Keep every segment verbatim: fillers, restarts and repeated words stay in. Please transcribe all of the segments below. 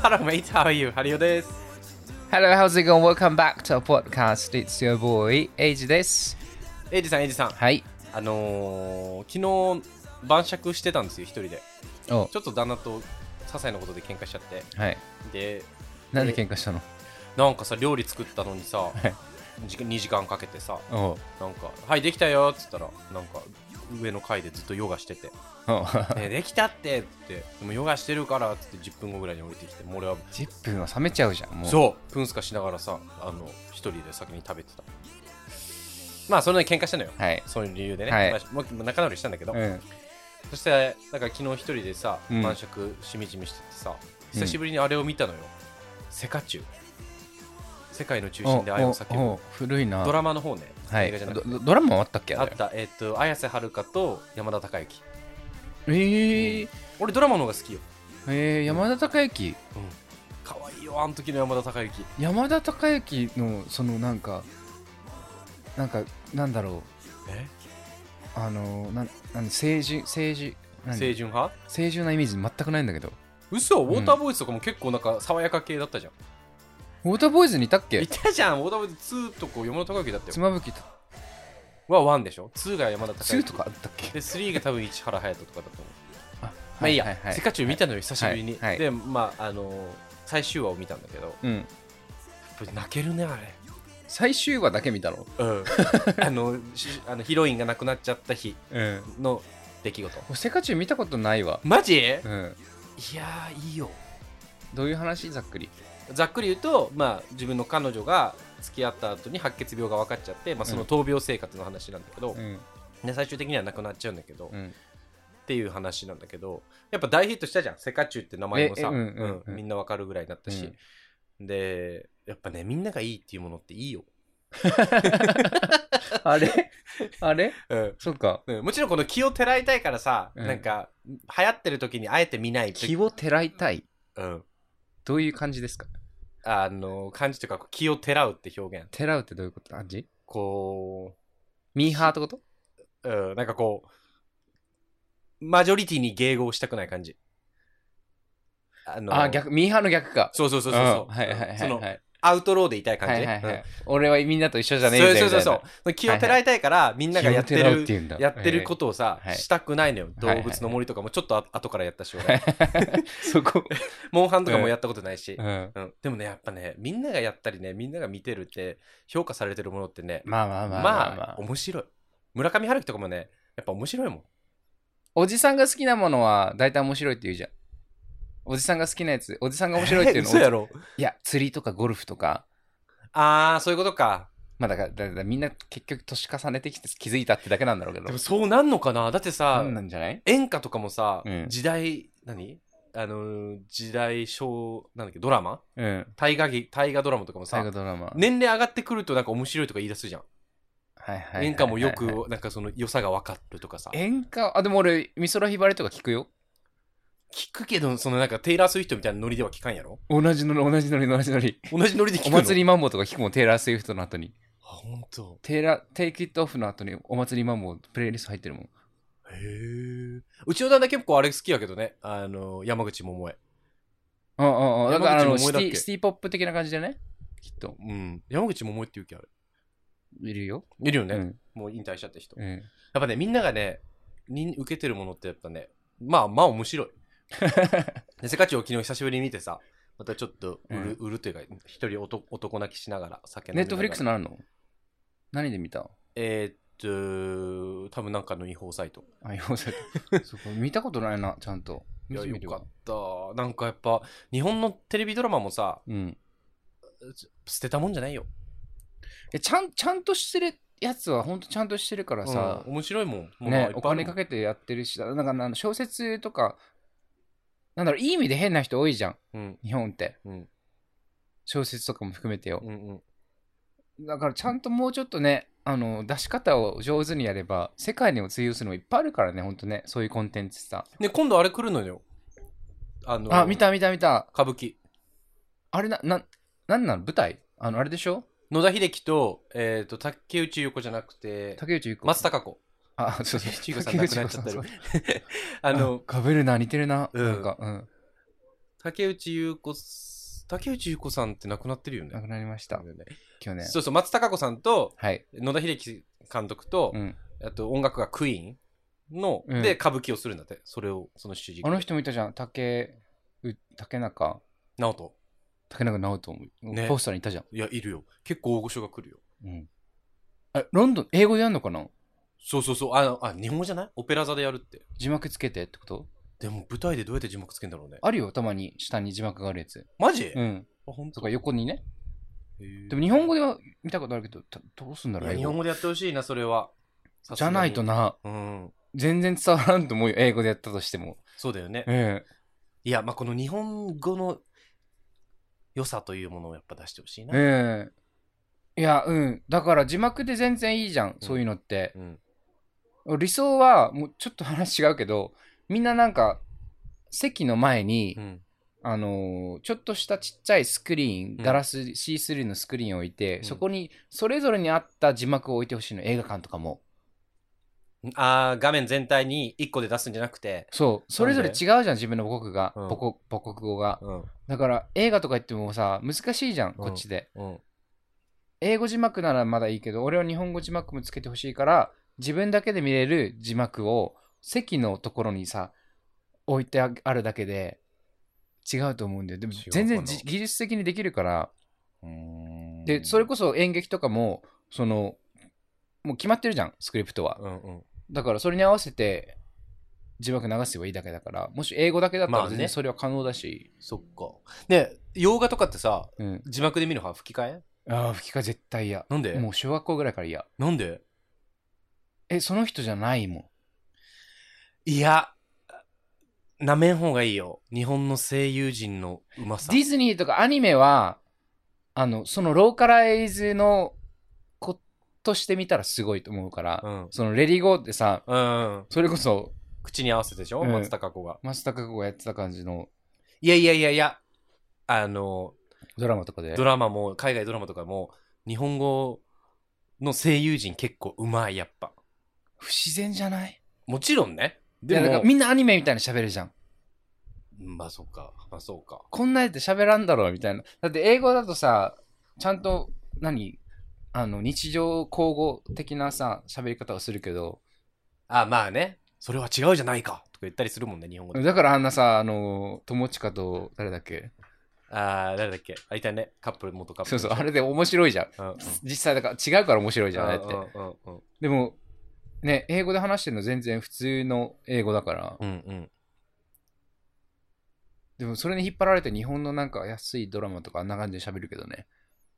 Hello mate, how are you? ハリオです。 Hello, how's it going? Welcome back to our podcast. It's your boy,エイジです。 エイジさん、エイジさん。 はい。 あのー、昨日晩酌してたんですよ、一人で。 おちょっと旦那と些細なことで喧嘩しちゃって。 はい。 で、 なんで喧嘩したの？ なんかさ、料理作ったのにさ、 はい、 にじかんかけてさ、 おなんか、はいできたよっつったら、なんか上の階でずっとヨガしてて、ね、できたってって、でもヨガしてるからっつってじゅっぷんごぐらいに降りてきて、もう俺はじゅっぷんは冷めちゃうじゃん。もうそうプンスカしながらさ、あの一人で先に食べてた。まあそれで喧嘩したのよ、 はい、 そういう理由でね、 はい、 まあ、もう仲直りしたんだけど、 うん、 そしてだから昨日一人でさ、 うん、 晩酌しみじみしててさ、久しぶりにあれを見たのよ、セカチュウ、世界の中心で愛を叫ぶ、 古いな。 ドラマの方ね、 はい、 映画じゃなくてド, ドラマもあったっけ？ あった、えっ、ー、と綾瀬はるかと山田孝之。 えー、うん、 俺ドラマの方が好きよ。 えー、山田孝之、うん、 かわいいよあの時の山田孝之。 山田孝之のそのなんかなんかなんだろう、 えあのななん清純清純清純派清純なイメージ全くないんだけど。 嘘、ウォーターボーイズとかも結構なんか爽やか系だったじゃん。 ウォーターボーイズにいたっけ？ いたじゃん、ウォーターボーイズツーとこ山田孝之だったよ。 妻夫木はワンでしょ、ツーが山田孝之、 ツーとかあったっけ？ でスリーが多分市原隼人とかだと思う。 あ、 まあいいや、 はいはいはい、 セカチュウ見たのよ久しぶりに、 はいはい、 でまああのー、最終話を見たんだけど、うん、泣けるねあれ。 最終話だけ見たの？ うんあのあのヒロインが亡くなっちゃった日の出来事、 うん、セカチュウ見たことないわ。 マジ？ うん、 いやーいいよ。 どういう話？ざっくりざっくり言うと、まあ、自分の彼女が付き合った後に白血病が分かっちゃって、まあ、その闘病生活の話なんだけど、うん、で最終的には亡くなっちゃうんだけど、うん、っていう話なんだけど、やっぱ大ヒットしたじゃん、セカチュウって名前もさ、みんな分かるぐらいになったし、うん、でやっぱねみんながいいっていうものっていいよあれあれ、 うん、 そっか、 うん、もちろんこの気をてらいたいからさ、うん、なんか流行ってる時にあえて見ない気をてらいたい、 うん、どういう感じですか？ あの感じというか気をてらうって表現。 てらうってどういうこと？感じ？ こうミーハーってこと？ うん、なんかこうマジョリティに迎合したくない感じ。 あのー、あ逆ミーハーの逆か。 そうそうそうそう、うん、 はいはいはい、はい、 そのアウトローでいたい感じ、 はいはいはい、うん、俺はみんなと一緒じゃねえみたいな。そうそうそうそう、気をてらいたいから、はいはい、みんながやってるやってることをさ、はい、したくないのよ。動物の森とかもちょっと後からやったし俺そこモンハンとかもやったことないし、 うんうん、でもねやっぱねみんながやったりねみんなが見てるって評価されてるものってね、 まあまあまあまあ、まあ、 まあ面白い。村上春樹とかもねやっぱ面白いもん。 おじさんが好きなものは大体面白いって言うじゃん。おじさんが好きなやつ、おじさんが面白いっていうの、 えー、嘘やろ。 いや釣りとかゴルフとか。 ああそういうことか。 まあだから、だからみんな結局年重ねてきて気づいたってだけなんだろうけど。 でもそうなんのかな。だってさ、 なんなんじゃない？ 演歌とかもさ、 うん、 時代何あのー、時代小なんだっけドラマ、 うん、 大河大河ドラマとかもさ、 大河ドラマ年齢上がってくるとなんか面白いとか言い出すじゃん。 はいはいはいはいはい、 演歌もよくなんかその良さが分かるとかさ。 演歌あでも俺美空ひばりとか聞くよ。 聞くけどそのなんかテイラー・スウィフトみたいなノリでは聞かんやろ。 同じノリ同じノリ同じノリ同じノリで聞くの。 お祭りマンボウとか聞くもんテイラー・スウィフトの後に。 あ本当。 テイラーテイクイットオフの後にお祭りマンボウプレイリスト入ってるもん。へえ。うちの旦那結構あれ好きやけどね、あの山口百恵。 うんうんうん。だからあのシティシシティポップ的な感じでねきっと。 うん。山口百恵って言う気ある。 いるよ。 いるよね。うん、もう引退しちゃった人。うん、やっぱねみんながねに受けてるものってやっぱねまあまあ面白い。でセカチュウを昨日久しぶりに見てさ、またちょっと売る、うん、売るというか一人男男泣きしながら酒飲みながら。 ネットフリックスなるの？何で見た？ えー、っと多分なんかの違法サイト。 あ違法サイトそこ見たことないなちゃんと。 いやよかった。なんかやっぱ日本のテレビドラマもさ、うん、捨てたもんじゃないよ。 えちゃんちゃんとしてるやつはほんとちゃんとしてるからさ、 うん、面白いもん。もうねお金かけてやってるし、なんかなん小説とかなんだろういい意味で変な人多いじゃん、うん、日本って、うん、小説とかも含めてよ、うんうん、だからちゃんともうちょっとねあの出し方を上手にやれば世界にも通用するのいっぱいあるからねほんとねそういうコンテンツさ。 ね今度あれ来るのよ。 あのー、あ見た見た見た歌舞伎。あれなななんなの舞台あのあれでしょ野田秀樹と、えー、と竹内優子じゃなくて竹内優子松たか子。 あそうそう竹内優子さん亡くなっちゃってるあのかぶるな似てるな、 うん、 なんか、うん、 竹内優子竹内優子さんって亡くなってるよね。 亡くなりました、ね、去年。 そうそう、松たか子さんと、 はい、 野田秀樹監督と、うん、あと音楽がクイーンの、うん、で歌舞伎をするんだって。それをその主人公。 あの人もいたじゃん。竹竹中直人。 竹中直人も、ね、ポスターにいたじゃん。 いや、いるよ。結構大御所が来るよ。 うん。あ、ロンドン英語でやるのかな。 そうそうそう。ああ、日本語じゃない？オペラ座でやるって。 字幕つけてってこと？ でも舞台でどうやって字幕つけんだろうね。 あるよ、たまに下に字幕があるやつ。 マジ？ うん。 あ、ほんと？ とか横にね。でも日本語では見たことあるけど、どうすんだろう。 日本語でやってほしいな、それは。 じゃないとな、うん、全然伝わらんと思うよ、英語でやったとしても。 そうだよね。 ええ、 いや、まあ、この日本語の良さというものをやっぱ出してほしいな。 ええ、いや、うん。だから字幕で全然いいじゃん、うん、そういうのって。うん、理想は、もうちょっと話違うけど、みんななんか、席の前に、うん、あのー、ちょっとしたちっちゃいスクリーン、ガラス シースリー のスクリーンを置いて、うん、そこにそれぞれに合った字幕を置いてほしいの、映画館とかも。 あー、画面全体にいっこで出すんじゃなくて。 そう、それぞれ違うじゃん、自分の母国が、うん、母国、母国語が、うん。だから映画とか言ってもさ、難しいじゃん、こっちで。うんうん、英語字幕ならまだいいけど、俺は日本語字幕もつけてほしいから、自分だけで見れる字幕を席のところにさ、置いてあるだけで違うと思うんだよ。でも全然技術的にできるから。うーん、でそれこそ演劇とかもそのもう決まってるじゃん、スクリプトは。うんうん、だからそれに合わせて字幕流せばいいだけだから、もし英語だけだったら全然それは可能だし。 まあね、そっか。ね、洋画とかってさ、うん、字幕で見る派吹き替え？ ああ、吹き替え絶対嫌。 なんで？ もう小学校ぐらいから嫌。 なんで？ え、その人じゃないもん。 いや、なめん方がいいよ。日本の声優陣のうまさ。 ディズニーとかアニメは、あの、そのローカライズの子として見たらすごいと思うから、うん、そのレディーゴーってさ、うん、それこそ、 口に合わせてでしょ、うん、松たか子が。 松たか子がやってた感じの。 いやいやいやいや、あの、 ドラマとかで。 ドラマも、海外ドラマとかも、日本語の声優陣結構うまい、やっぱ。 不自然じゃない？ もちろんね。 でも、いや、なんかみんなアニメみたいに喋るじゃん。 まあそうか、まあそうか。 こんなやって喋らんだろうみたいな。だって英語だとさ、ちゃんと、何あの、日常口語的なさ、喋り方をするけど。 あ、まあね。それは違うじゃないかとか言ったりするもんね、日本語で。 だからあんなさ、あの、友近と、誰だっけ？ あー、誰だっけ？あ、いたね。カップル、元カップル。 そうそう、あれで面白いじゃん。うんうん、実際だから違うから面白いじゃん、あれって。うんうんうん、でも、ね、英語で話してるの全然普通の英語だから。うんうん。でもそれに引っ張られて日本のなんか安いドラマとかあんな感じで喋るけどね。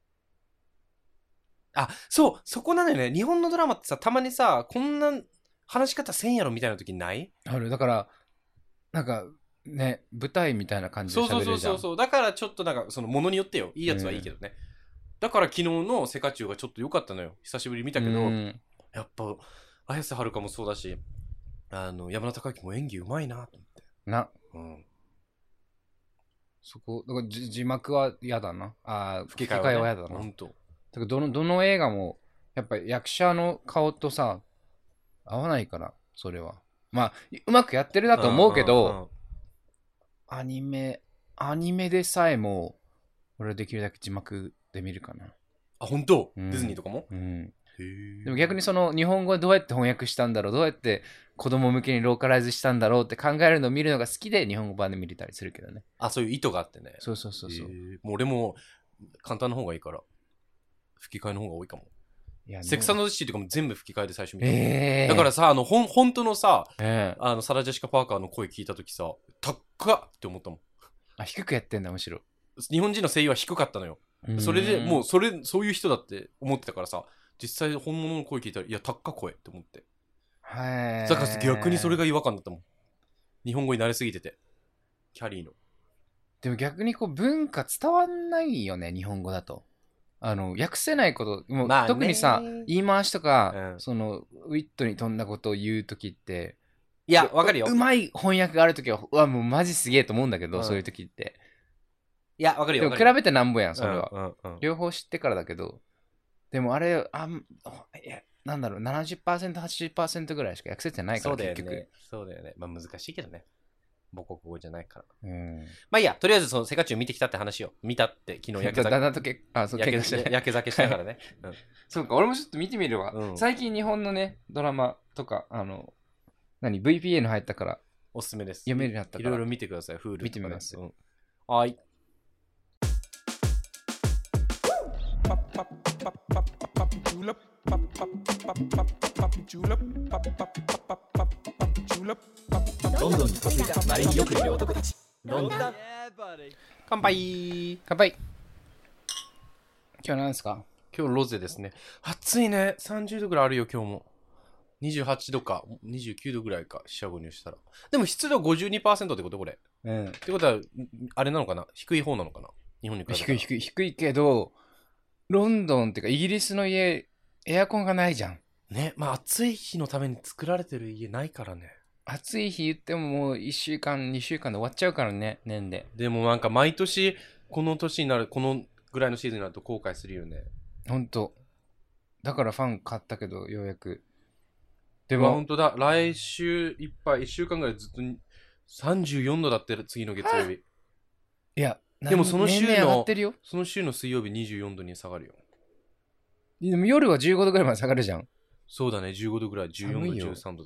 あ、そう、そこなのよね。日本のドラマってさ、たまにさ、こんな話し方せんやろみたいな時ない？ ある。だから、なんかね、舞台みたいな感じで喋れるじゃん。 そうそうそうそう。だからちょっとなんかそのものによってよ。いいやつはいいけどね。うん、だから昨日のセカチュウがちょっと良かったのよ。久しぶりに見たけど、うん、やっぱ綾瀬はるかもそうだし、あの山田孝之も演技うまいなと思って。 な。うん。そこ、だから字幕は嫌だな。あ、吹き替えは嫌だな。本当。だからどのどの映画もやっぱ役者の顔とさ合わないから、それは。まあうまくやってるなと思うけど、うんうんうん、アニメアニメでさえも俺できるだけ字幕で見るかな。 あ、本当？うん、ディズニーとかも？うん。 でも逆にその日本語どうやって翻訳したんだろう、どうやって子供向けにローカライズしたんだろうって考えるのを見るのが好きで日本語版で見れたりするけどね。 あ、そういう意図があってね。 そうそうそうそう。 もう俺も簡単な方がいいから吹き替えの方が多いかも。いやセクサンドシティとかも全部吹き替えで最初見た、えー、だからさ、あのほん本当のさ、えー、あのサラ・ジェシカ・パーカーの声聞いた時さ、高っって思ったもん。 あ、低くやってんだ。むしろ日本人の声優は低かったのよ。それでもうそれそういう人だって思ってたからさ、実際本物の声聞いたら、いや、高っ声って思って。はい。だから逆にそれが違和感だったもん。日本語に慣れすぎてて。キャリーの。 でも逆にこう文化伝わんないよね、日本語だと。あの、訳せないこと、もう、まあ、特にさ、言い回しとか、うん、その、ウィットに富んだことを言うときって、 いや、わかるよ。 うまい翻訳があるときは、うわ、もうマジすげえと思うんだけど、うん、そういうときって。 いや、わかるよ。 でも比べてなんぼやん、それは、うんうんうん。両方知ってからだけど、でもあれ、あん、いや、なんだろう、ななじゅっパーセント、はちじゅっパーセント ぐらいしか訳せてないから、 そうだよね、 結局。 そうだよね。まあ難しいけどね。 母国語じゃないから。 うん、 まあいいや、とりあえずそのセカチュウ見てきたって話を。見たって、昨日焼け酒。 だだとけあ、そう、 焼け焼け酒しながらね。 うん、そうか、俺もちょっと見てみるわ。うん、最近日本のね、ドラマとか、あの、何、ブイピーエヌ 入ったから。 おすすめです。 読めるようになったから。 いろいろ見てください、フール。 見てみます。うん、 はい。ロンドンに嫁いだまれによくいる男たち。ロンドン。乾杯。 乾杯。今日何ですか？ 今日ロゼですね。暑いね。さんじゅうどぐらいあるよ、今日も。にじゅうはちどか、にじゅうきゅうどぐらいか、四捨五入したら。でも湿度 ごじゅうにパーセント ってことこれ。 うん。 ってことは、あれなのかな？低い方なのかな？日本に比べたら。 低い低い低いけど、ロンドンってかイギリスの家、エアコンがないじゃん。 ね、まあ暑い日のために作られてる家ないからね。 暑い日言ってももういっしゅうかん、にしゅうかんで終わっちゃうからね、年で。 でもなんか毎年、この年になる、このぐらいのシーズンになると後悔するよね。 ほんと。だからファン買ったけど、ようやく。 でも、ほんとだ。来週いっぱい、いっしゅうかんぐらいずっとさんじゅうよんどだってる、次の月曜日。 いや、 でもその週の、 のその週の水曜日にじゅうよんどに下がるよ。 でも夜はじゅうごどぐらいまで下がるじゃん。 そうだね、じゅうごどぐらい、じゅうよんど、じゅうさんどだ。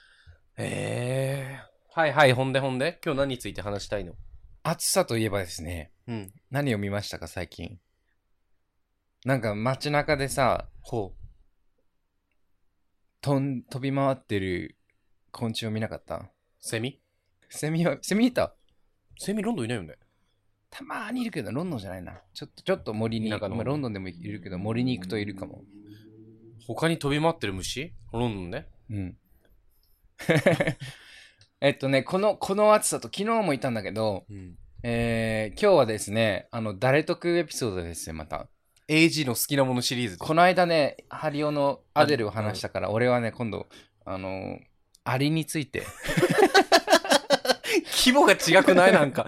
えー。はいはい、ほんでほんで、今日何について話したいの？ 暑さといえばですね、 うん。 何を見ましたか、最近。なんか街中でさ、 ほう。 とん飛び回ってる昆虫を見なかった？ セミ？ セミは、セミいた？ セミロンドンいないよね。 たまーにいるけど、ロンドンじゃないな。ちょっと、ちょっと森に、まあ、ロンドンでもいるけど、森に行くといるかも。 他に飛び回ってる虫？ロンドンね。 うん。えっとね、この、この暑さと昨日もいたんだけど、うん、えー、今日はですね、あの、誰得エピソードですよ、また。 エージー の好きなものシリーズ。 この間ね、ハリオのアデルを話したから、俺はね、今度、あのー、アリについて。 規模が違くない？なんか。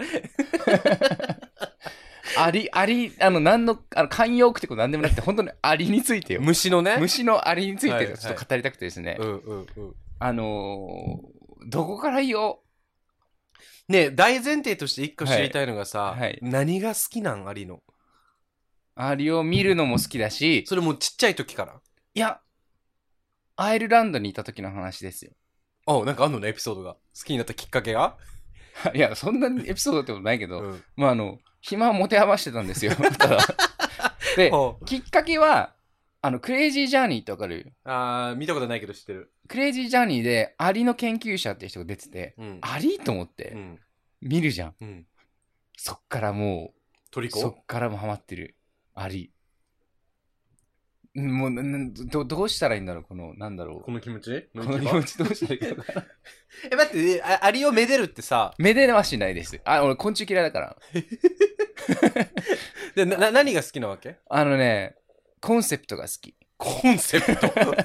アリ、アリ、あの、なんの、あの、慣用句ってことなんでもなくて、本当にアリについてよ。 虫のね。 虫のアリについてちょっと語りたくてですね。 はいはい、うんうんうん。 あのー、どこから言おう？ ねえ、大前提として一個知りたいのがさ、 はいはい、 何が好きなん？アリの。 アリを見るのも好きだし。 それもちっちゃい時から？ いや、アイルランドにいた時の話ですよ。 あ、なんかあんのね、エピソードが。好きになったきっかけが？ いや、そんなエピソードってことないけど、うん、まああの、暇を持て余してたんですよ。ただで、きっかけは、あの、クレイジージャーニーってわかる？ あー、見たことないけど知ってる。 クレイジージャーニーでアリの研究者って人が出てて、うん、アリと思って、うん、見るじゃん。うん、そっからもう、 トリコ？ そっからもハマってる。アリ。もうど、どうしたらいいんだろう、この、なんだろう。 この気持ち？ この気持ちどうしたらいいかな。 え、待って、あアリをめでるってさ。 めではしないです。あ、俺昆虫嫌いだから。 でな、何が好きなわけ？ あのね、コンセプトが好き。 コンセプト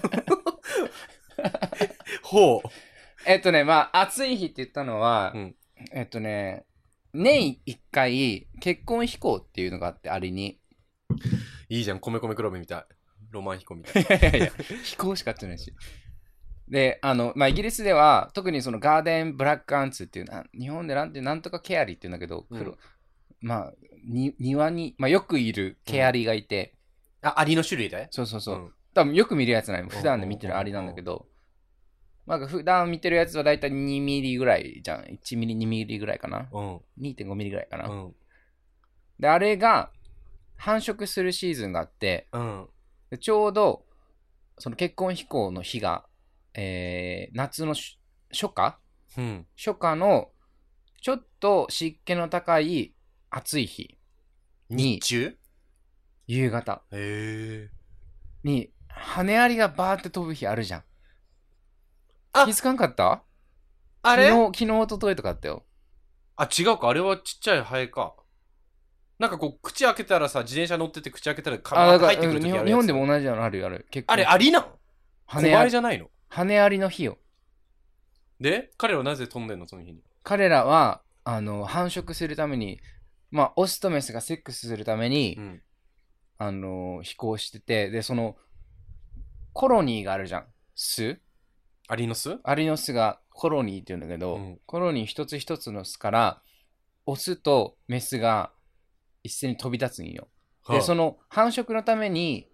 ほう。 えっとね、まあ、暑い日って言ったのは、うん、えっとね、年一回、結婚飛行っていうのがあって、アリに。 いいじゃん、米米クラブみたい。ロマン飛行みたい。 いやいやいや、飛行しかやってないし。で、あの、まあ、イギリスでは、特にそのガーデンブラックアンツっていう、日本でなんて、なんとかケアリって言うんだけど、黒、うん、まあ、に、庭に、まあ、よくいるケアリがいて。 うん、あ、アリの種類で？ そうそうそう。うん、多分よく見るやつない。普段で見てるアリなんだけど、まあ、普段見てるやつはだいたいにミリぐらいじゃん。いちミリ、にミリぐらいかな。うん、にてんごミリぐらいかな。うん、で、あれが、繁殖するシーズンがあって、うん、でちょうどその結婚飛行の日が、えー、夏の初夏、うん、初夏のちょっと湿気の高い暑い日に、 日中？ 夕方へーに羽アリがバーって飛ぶ日あるじゃん。気づかんかった？ あれ？ 昨日、昨日一昨日とかあったよ。 あ、違うか。あれはちっちゃいハエか。なんかこう、口開けたらさ、自転車乗ってて口開けたらカバー入ってくる時あるやつ。 日本でも同じのあるよ、ある。 結構あれ、アリなの？羽アリじゃないの？ 羽アリの日よ。 で、彼らはなぜ飛んでんの、その日に？ 彼らは、あの、繁殖するために、まあ、オスとメスがセックスするために、うん、あの、飛行してて、で、その、コロニーがあるじゃん。巣？ アリの巣？ アリの巣がコロニーって言うんだけど、うん、コロニー一つ一つの巣からオスとメスが一斉に飛び立つんよ。で、その繁殖のために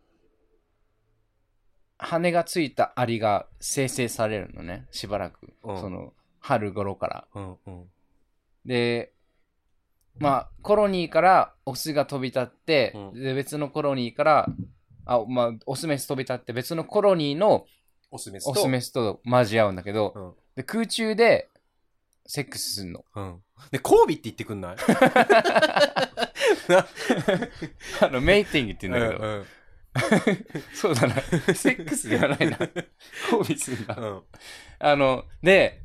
羽がついたアリが生成されるのね、しばらく、うん、その春頃から、うんうん、でまあコロニーからオスが飛び立って、うん、で別のコロニーからあ、まあ、オスメス飛び立って別のコロニーのオスメスと, オスメスと交わうんだけど、うん、で空中でセックスすんの、 うん、で交尾って言ってくんないあのメイティングって言うんだけど、うんうんそうだなセックスではないな交尾するんだ、うん、あので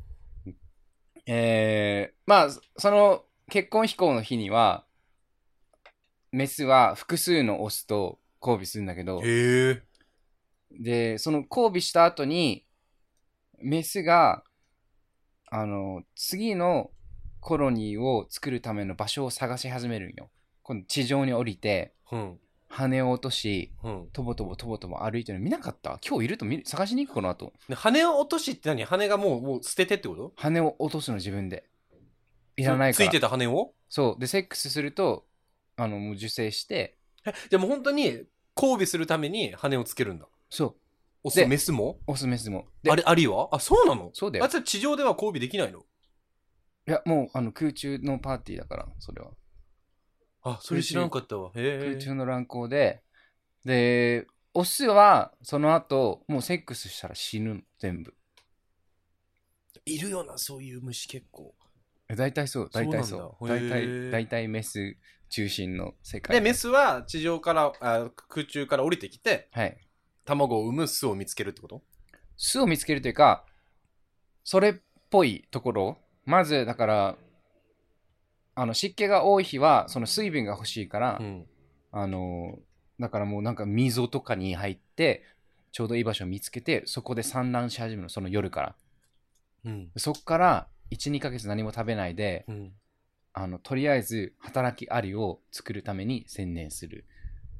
えー、まあその結婚飛行の日にはメスは複数のオスと交尾するんだけど、 へでその交尾した後にメスがあの次のコロニーを作るための場所を探し始めるんよ。今度地上に降りて、うん、羽を落とし、うん、とぼとぼとぼとぼ歩いてるの見なかった？今日いると見探しに行くこの後。 羽を落としって何？羽がもう、もう捨ててってこと？ 羽を落とすの自分で。いらないから。 ついてた羽を？ そう。で、セックスすると、あの、もう受精して。 え、でも本当に交尾するために羽をつけるんだ。 そう。 オスメスも？ オスメスも。 あれ、アリは？あ、そうなの？ そうだよ。 あいつ地上では交尾できないの？ いや、もう、あの、空中のパーティーだから、それは。 あ、それ知らんかったわ。へ空中の乱行で、で、オスはその後もうセックスしたら死ぬの全部。 いるよなそういう虫結構。 大体そう大体そう。大体大体メス中心の世界でメスは地上からあ空中から降りてきて、 はい、 卵を産む巣を見つけるってこと？ 巣を見つけるというかそれっぽいところ。まずだからあの湿気が多い日はその水分が欲しいから、うん、あのだからもうなんか溝とかに入ってちょうどいい場所を見つけてそこで産卵し始めるの、その夜から、うん、そこからいち、にかげつ何も食べないで、うん、あのとりあえず働きアリを作るために専念する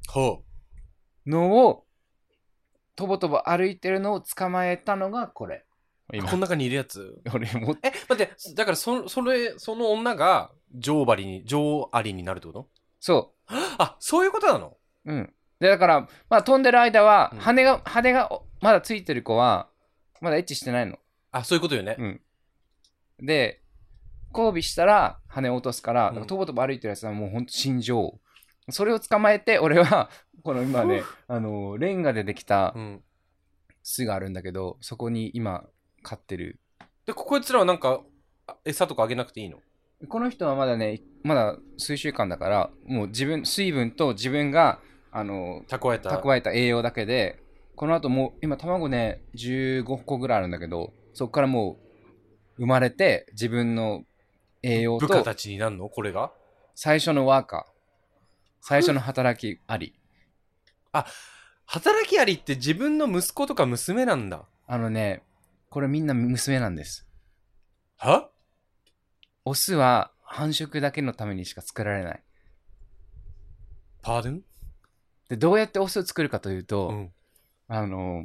のをとぼとぼ歩いてるのを捕まえたのがこれ。 今この中にいるやつ。 俺もえ待ってだから そ, それその女が女王アリに女王アリになるってこと？ そう。 あそういうことなの？ うん。でだから、まあ、飛んでる間は、うん、羽が羽がまだついてる子はまだエッチしてないの。 あそういうことよね。 うん。で交尾したら羽を落とすから、うん、とぼとぼ歩いてるやつはもうほんと心情。それを捕まえて俺はこの今ねあのレンガでできた巣があるんだけど、そこに今飼ってる。 でこいつらはなんか餌とかあげなくていいの？ この人はまだねまだ数週間だからもう自分水分と自分があの蓄えた蓄えた栄養だけで、この後もう今卵ねじゅうごこぐらいあるんだけど、そこからもう生まれて自分の栄養と部下たちになるの？これが最初のワーカー、最初の働きアリあ働きアリって自分の息子とか娘なんだ。 あのねこれみんな娘なんです。 は？ オスは繁殖だけのためにしか作られない。 パーデン？ でどうやってオスを作るかというと、うん、あの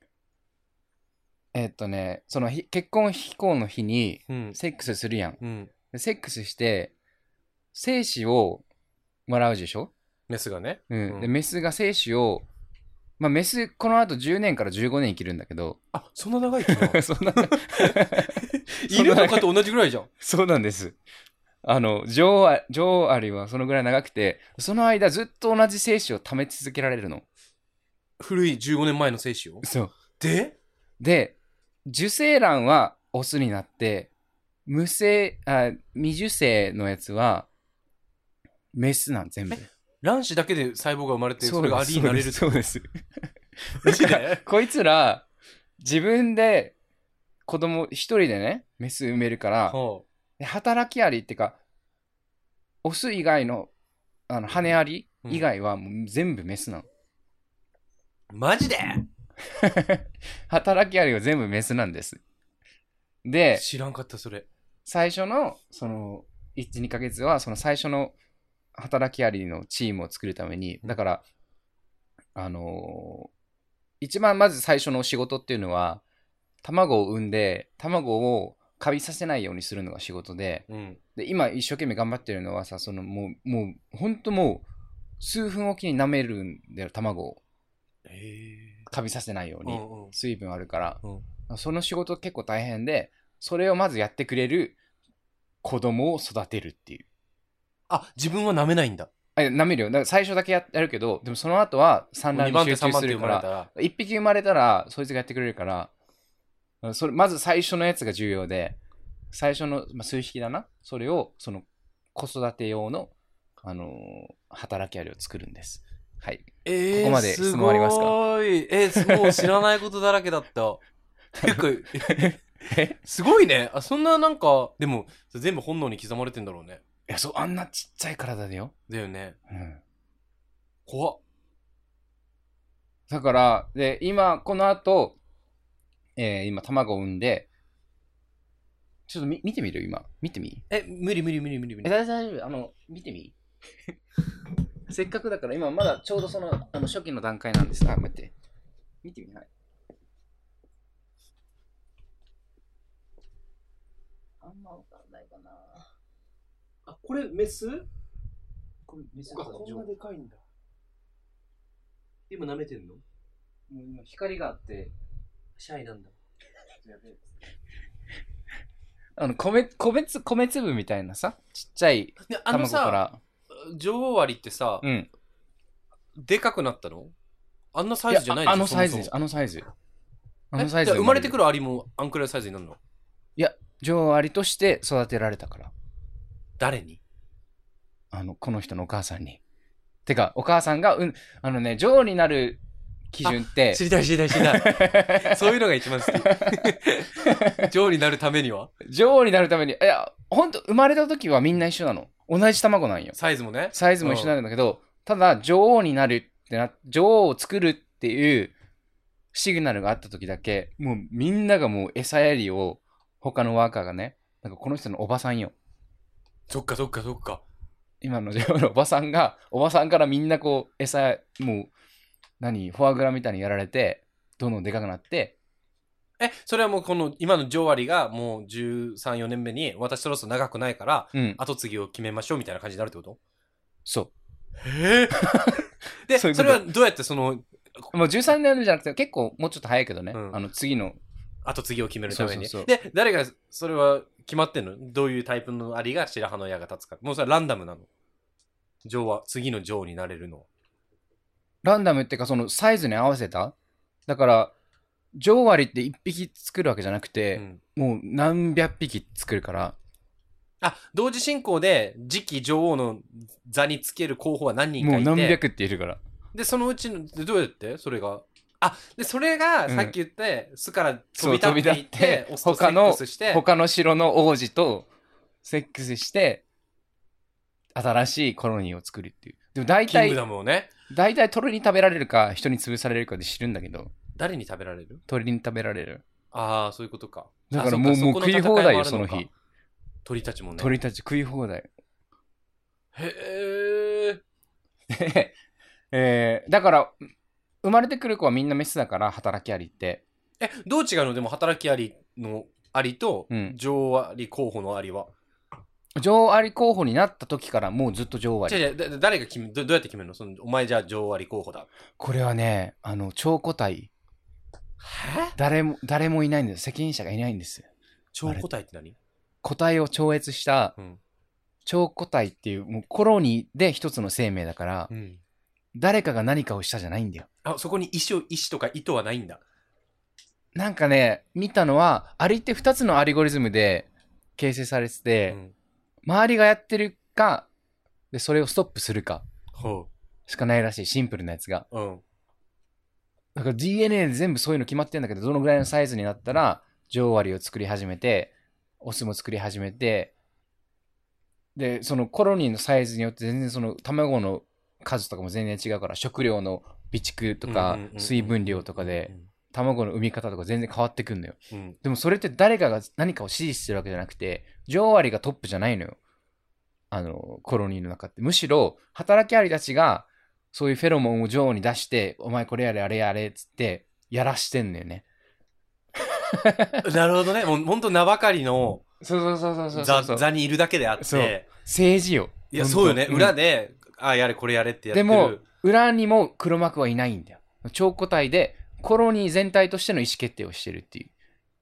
えー、っとねその結婚飛行の日にセックスするやん、うん、でセックスして精子をもらうでしょメスがね、 うんうん、でメスが精子をまあメスこの後じゅうねんからじゅうごねん生きるんだけど、 あそんな長いかなそんな犬とかと同じぐらいじゃん。 そうなんです。あの女王、女王アリはそのぐらい長くて、その間ずっと同じ精子を貯め続けられるの。 古いじゅうごねんまえの精子を。 そうでで受精卵はオスになって、無精あ未受精のやつはメスなん全部。 卵子だけで細胞が生まれてそれがアリになれる。 そうです。だからこいつら自分で子供一人でねメス産めるから、はあ、働きアリってかオス以外のあの羽アリ以外はもう全部メスなの。 うん、マジで？ 働きアリは全部メスなんです。で知らんかったそれ。最初のそのいち、にかげつはその最初の働きアリのチームを作るために、だからあのー、一番まず最初の仕事っていうのは卵を産んで卵をカビさせないようにするのが仕事で、 うん、 で今一生懸命頑張ってるのはさ、そのもうもう本当もう数分おきに舐めるんだよ、卵を。カビさせないように、うんうん、水分あるから、うん、その仕事結構大変で、それをまずやってくれる子供を育てるっていう。 あ、自分は舐めないんだ。 あ、舐めるよ。だから最初だけやるけど、でもその後は産卵に集中するから、いっぴき生まれたらそいつがやってくれるから、それまず最初のやつが重要で、最初の、まあ、数匹だな、それをその子育て用の、あのー、働きアリを作るんです。はい。えー、ここまで質問ありますか？すごい。えー、もう知らないことだらけだった。結構すごいね。あ、そんななんか、でも全部本能に刻まれてんだろうね。 いや、そう、あんなちっちゃい体だよ。 だよね。 うん。 怖っ。 だから、で、今、この後、えー、今、卵を産んで、ちょっとみ見てみる今。見てみえ、無理無理無理無理無理。 え、大丈夫あの、見てみせっかくだから今まだちょうどそのあの初期の段階なんです。あ、待って。見てみない。あんまわかんないかな。 あ、これメス？ これメスか。こんなでかいんだ。今舐めてんの？もう今光があって、 シャイなんだ。 あの米米つ米粒みたいなさ、ちっちゃい卵から。 女王アリってさ、うん、でかくなったの？あんなサイズじゃないでしょ？ あのサイズです。あのサイズ。あのサイズ。 生まれてくるアリもあんくらいサイズになるの？ いや、女王アリとして育てられたから。 誰に？ あの、この人のお母さんに。てか、お母さんが、うん、あのね、女王になる基準って。 知りたい知りたい知りたい。そういうのが一番好き。女王になるためには？ 女王になるために、いや、ほんと、生まれた時はみんな一緒なの。同じ卵なんよ。 サイズもね。 サイズも一緒なんだけど、うん、ただ、女王になるってな、女王を作るっていうシグナルがあった時だけ、もうみんながもう餌やりを、他のワーカーがね、なんかこの人のおばさんよ。 そっかそっかそっか。 今の女王のおばさんが、おばさんからみんなこう、餌、もう、何、フォアグラみたいにやられて、どんどんでかくなって、 え、それはもうこの今の女王アリがもうじゅうさん、よねんめに私そろそろ長くないから、うん、後継ぎを決めましょうみたいな感じになるってこと？ そう。 へえ。でそ、それはどうやってその、 もうじゅうさんねんじゃなくて結構もうちょっと早いけどね、うん、あの次の後継ぎを決めるために。そうそうそう。で、誰がそれは決まってんの？どういうタイプのアリが白羽の矢が立つか。もうそれランダムなの？女王は次の女王になれるのは。 ランダムっていうかそのサイズに合わせた？だから女王アリっていっぴき作るわけじゃなくて、うん、もう何百匹作るから。 あ、同時進行で次期女王の座につける候補は何人かいて、 もう何百っているから。 でそのうちのどうやってそれが、あ、でそれがさっき言って、うん、巣から飛び立っていって他の他の城の王子とセックスして新しいコロニーを作るっていう。でも大体キングダムをね、 大体鳥に食べられるか人に潰されるかで知るんだけど。 誰に食べられる？ 鳥に食べられる。 ああ、そういうことか。 だからもう、もう食い放題よ、その日。 鳥たちもね。 鳥たち食い放題。 へえ。えー、だから、生まれてくる子はみんなメスだから、働きアリって。 え、どう違うの？でも、働きアリのアリと、女王アリ候補のアリは。 女王アリ候補になった時からもうずっと女王アリ。 違う違う、誰が決め、ど, どうやって決めるの？そのお前じゃあ女王アリ候補だ。 これはね、あの、超個体。誰も、誰もいないんです。責任者がいないんです。 超個体って何？ 個体を超越した、うん、超個体っていう、もうコロニーで一つの生命だから、うん、誰かが何かをしたじゃないんだよ。 あ、そこに意思、意思とか意図はないんだ。 なんかね、見たのは、アリって二つのアルゴリズムで形成されてて、うん、周りがやってるか、で、それをストップするか、しかないらしい、シンプルなやつが。うん、だから ディーエヌエー で全部そういうの決まってんだけど、どのぐらいのサイズになったら、女王アリを作り始めて、オスも作り始めて、で、そのコロニーのサイズによって全然その卵の数とかも全然違うから、食料の備蓄とか水分量とかで、卵の産み方とか全然変わってくんのよ。うん、でもそれって誰かが何かを指示してるわけじゃなくて、女王アリがトップじゃないのよ。あの、コロニーの中って。むしろ、働きアリたちが、そういうフェロモンを女王に出して、お前これやれあれやれっつって、やらしてんのよね。 なるほどね。もうほんと名ばかりのそうそうそうそうそう座そう。 座にいるだけであって。 そう。政治よ。 いや、そうよね。裏で、うん、ああ、やれ、これやれってやってる。 でも、裏にも黒幕はいないんだよ。超個体で、コロニー全体としての意思決定をしてるっていう。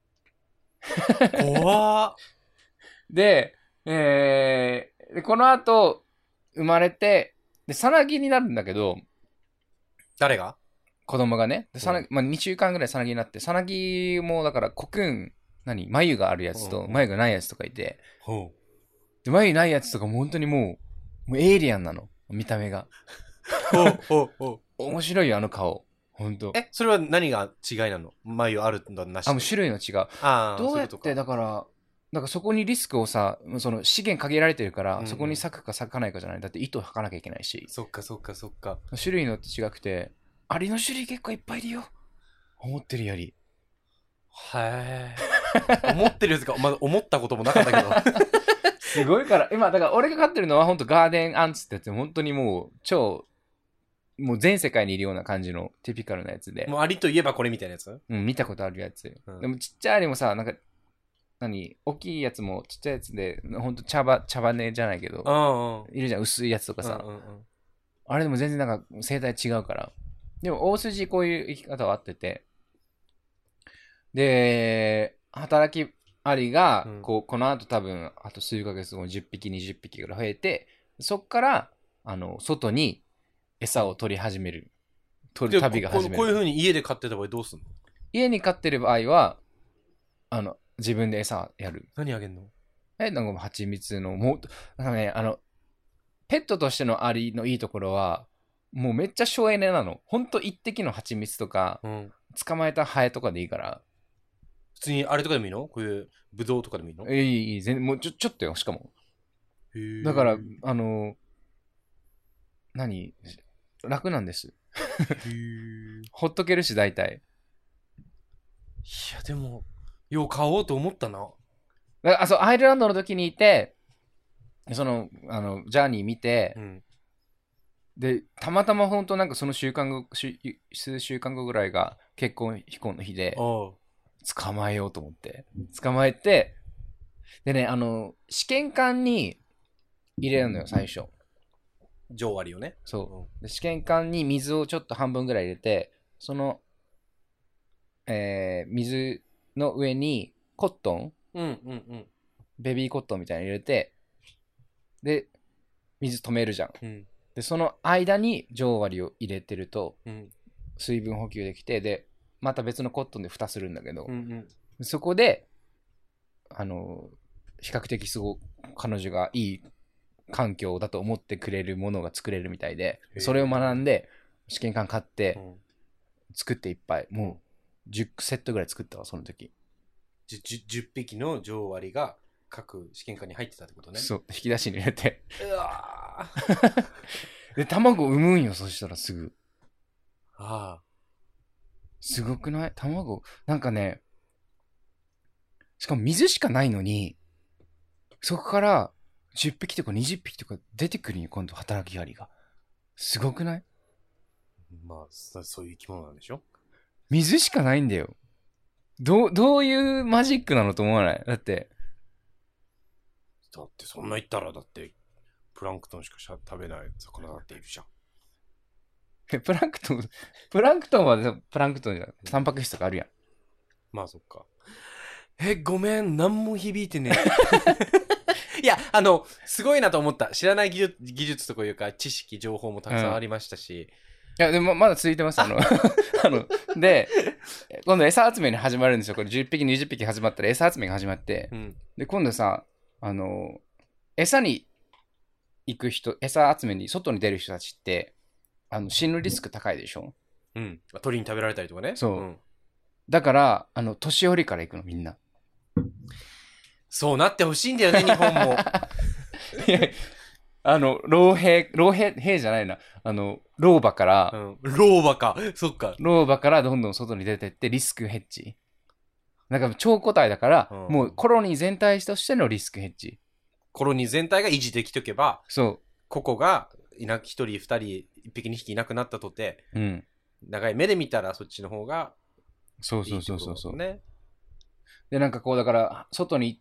怖ー。で、えー、でこの後、生まれて、で、さなぎになるんだけど、 誰が子供がね。でさな、うん、まあ、にしゅうかんぐらいさなぎになって、さなぎもだからコクーン、何眉があるやつと眉がないやつとかいて、うん、で眉ないやつとかも本当にもう、もうエイリアンなの。見た目が。 ほうほうほう。面白いよ、あの顔。ほんと。 え、それは何が違いなの？眉あるんだなし。 あ、もう種類の違う。ああ。どうやって、だから、だからそこにリスクをさ、その資源限られてるから、うんうん、そこに咲くか咲かないかじゃない。だって糸を吐かなきゃいけないし。 そっかそっかそっか。 種類のって違くて、アリの種類結構いっぱいいるよ。思ってるより。 へー。思ってるやつか、まだ思ったこともなかったけど。 すごいから、今、だから俺が飼ってるのは本当ガーデンアンツってやつ、本当にもう超、もう全世界にいるような感じのティピカルなやつで。 もうアリといえばこれみたいなやつ？ うん、見たことあるやつ。うん、でもちっちゃいアリもさ、なんか、何大きいやつもちっちゃいやつで、ほんと茶葉、茶葉ねじゃないけど、 うんうん、 いるじゃん、薄いやつとかさ。 うんうんうん、 あれでも全然なんか生態違うから。でも大筋こういう生き方はあってて。で、働きアリが、こう、この後多分、あと数ヶ月後じゅっぴき、にじゅっぴきぐらい増えて、そっから、あの、外に餌を取り始める。取る旅が始める。 こういう風に家で飼ってた場合どうすんの？ 家に飼ってる場合は、あの、自分で餌やる。 何あげんの？ え、なんか蜂蜜の、もう、なんかね、あの、ペットとしてのアリのいいところは、もうめっちゃ省エネなの。ほんと一滴の蜂蜜とか、うん、捕まえたハエとかでいいから。 普通にあれとかでもいいの？こういうブドウとかでもいいの？ えいい、いい、全然、もうちょ、ちょっとよ、しかも。だから、あの、何楽なんです。ほっとけるし、大体。 いや、でも、よう買おうと思ったな。 あ、そう、アイルランドの時にいて、その、あの、ジャーニー見て、うん、で、たまたま本当なんかその週間後、数週間後ぐらいが結婚飛行の日で、捕まえようと思って、捕まえて、でね、あの、試験管に入れるのよ、最初。 上割をね。 そう。で試験管に水をちょっと半分ぐらい入れて、その、えー、水の上にコットン、 うんうんうん、 ベビーコットンみたいに入れて、で、水止めるじゃん。うん、で、その間に上割を入れてると、うん、水分補給できて、で、また別のコットンで蓋するんだけど、うんうん、そこで、あの、比較的すご彼女がいい環境だと思ってくれるものが作れるみたいで、それを学んで、試験管買って、作っていっぱい、もうじゅっセットぐらい作ったわ、その時。 じゅう, じゅっぴきの上割が各試験管に入ってたってことね。 そう、引き出しに入れて。うわで、卵産むんよ、そしたらすぐ。ああ。すごくない？卵、なんかね、しかも水しかないのに、そこからじゅっぴきとかにじゅっぴきとか出てくるんよ、今度働きアリが。すごくない？ まあ、そういう生き物なんでしょ？ 水しかないんだよ。どう、どういうマジックなのと思わない？だって。 だってそんな言ったらだって、プランクトンしか食べない魚だっているじゃん。 え、プランクトン、プランクトンはプランクトンじゃん。タンパク質とかあるやん。 まあそっか。え、ごめん、何も響いてねえ。いや、あの、すごいなと思った。知らない技術、技術とかいうか、知識、情報もたくさんありましたし。 うん、いや、でもまだ続いてます。あの、あの、で、今度餌集めに始まるんですよ。これじゅっぴき、にじゅっぴき始まったら餌集めが始まって。うん、で、今度さ、あの、餌に行く人、餌集めに外に出る人たちって、あの、死ぬリスク高いでしょ？ うん。鳥に食べられたりとかね。 そう。うん、だから、あの、年寄りから行くの、みんな。 そうなってほしいんだよね、日本も。 あの、老兵、老兵、兵じゃないな。あの、老婆から、 うん、老婆か。そっか。 老婆からどんどん外に出てって、リスクヘッジ。なんか超個体だから、うん、もうコロニー全体としてのリスクヘッジ。 コロニー全体が維持できとけば、 そう。 個々がいな一人、二人、一匹、二匹いなくなったとて、うん、長い目で見たらそっちの方がいいってことだもんね。 そうそうそうそう。 で、なんかこう、だから、外に行って、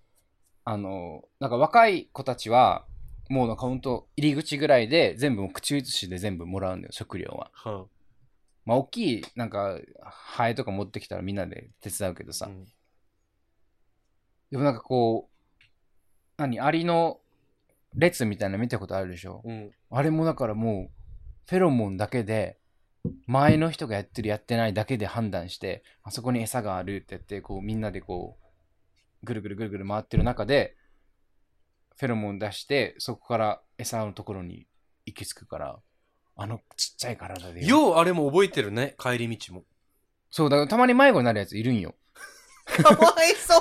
あの、なんか若い子たちは、もうなんかほんと、入り口ぐらいで、全部口移しで全部もらうんだよ、食料は。はあ、まあ、大きい、なんか、ハエとか持ってきたらみんなで手伝うけどさ。うん、でもなんかこう、何、アリの列みたいなの見たことあるでしょ、うん、あれもだからもう、フェロモンだけで、前の人がやってるやってないだけで判断して、あそこに餌があるってやって、こうみんなでこう、ぐるぐるぐるぐる回ってる中で、フェロモン出して、そこから餌のところに行き着くから、あのちっちゃい体でよ。 ようあれも覚えてるね、帰り道も。 そう、だからたまに迷子になるやついるんよ。 かわいそう。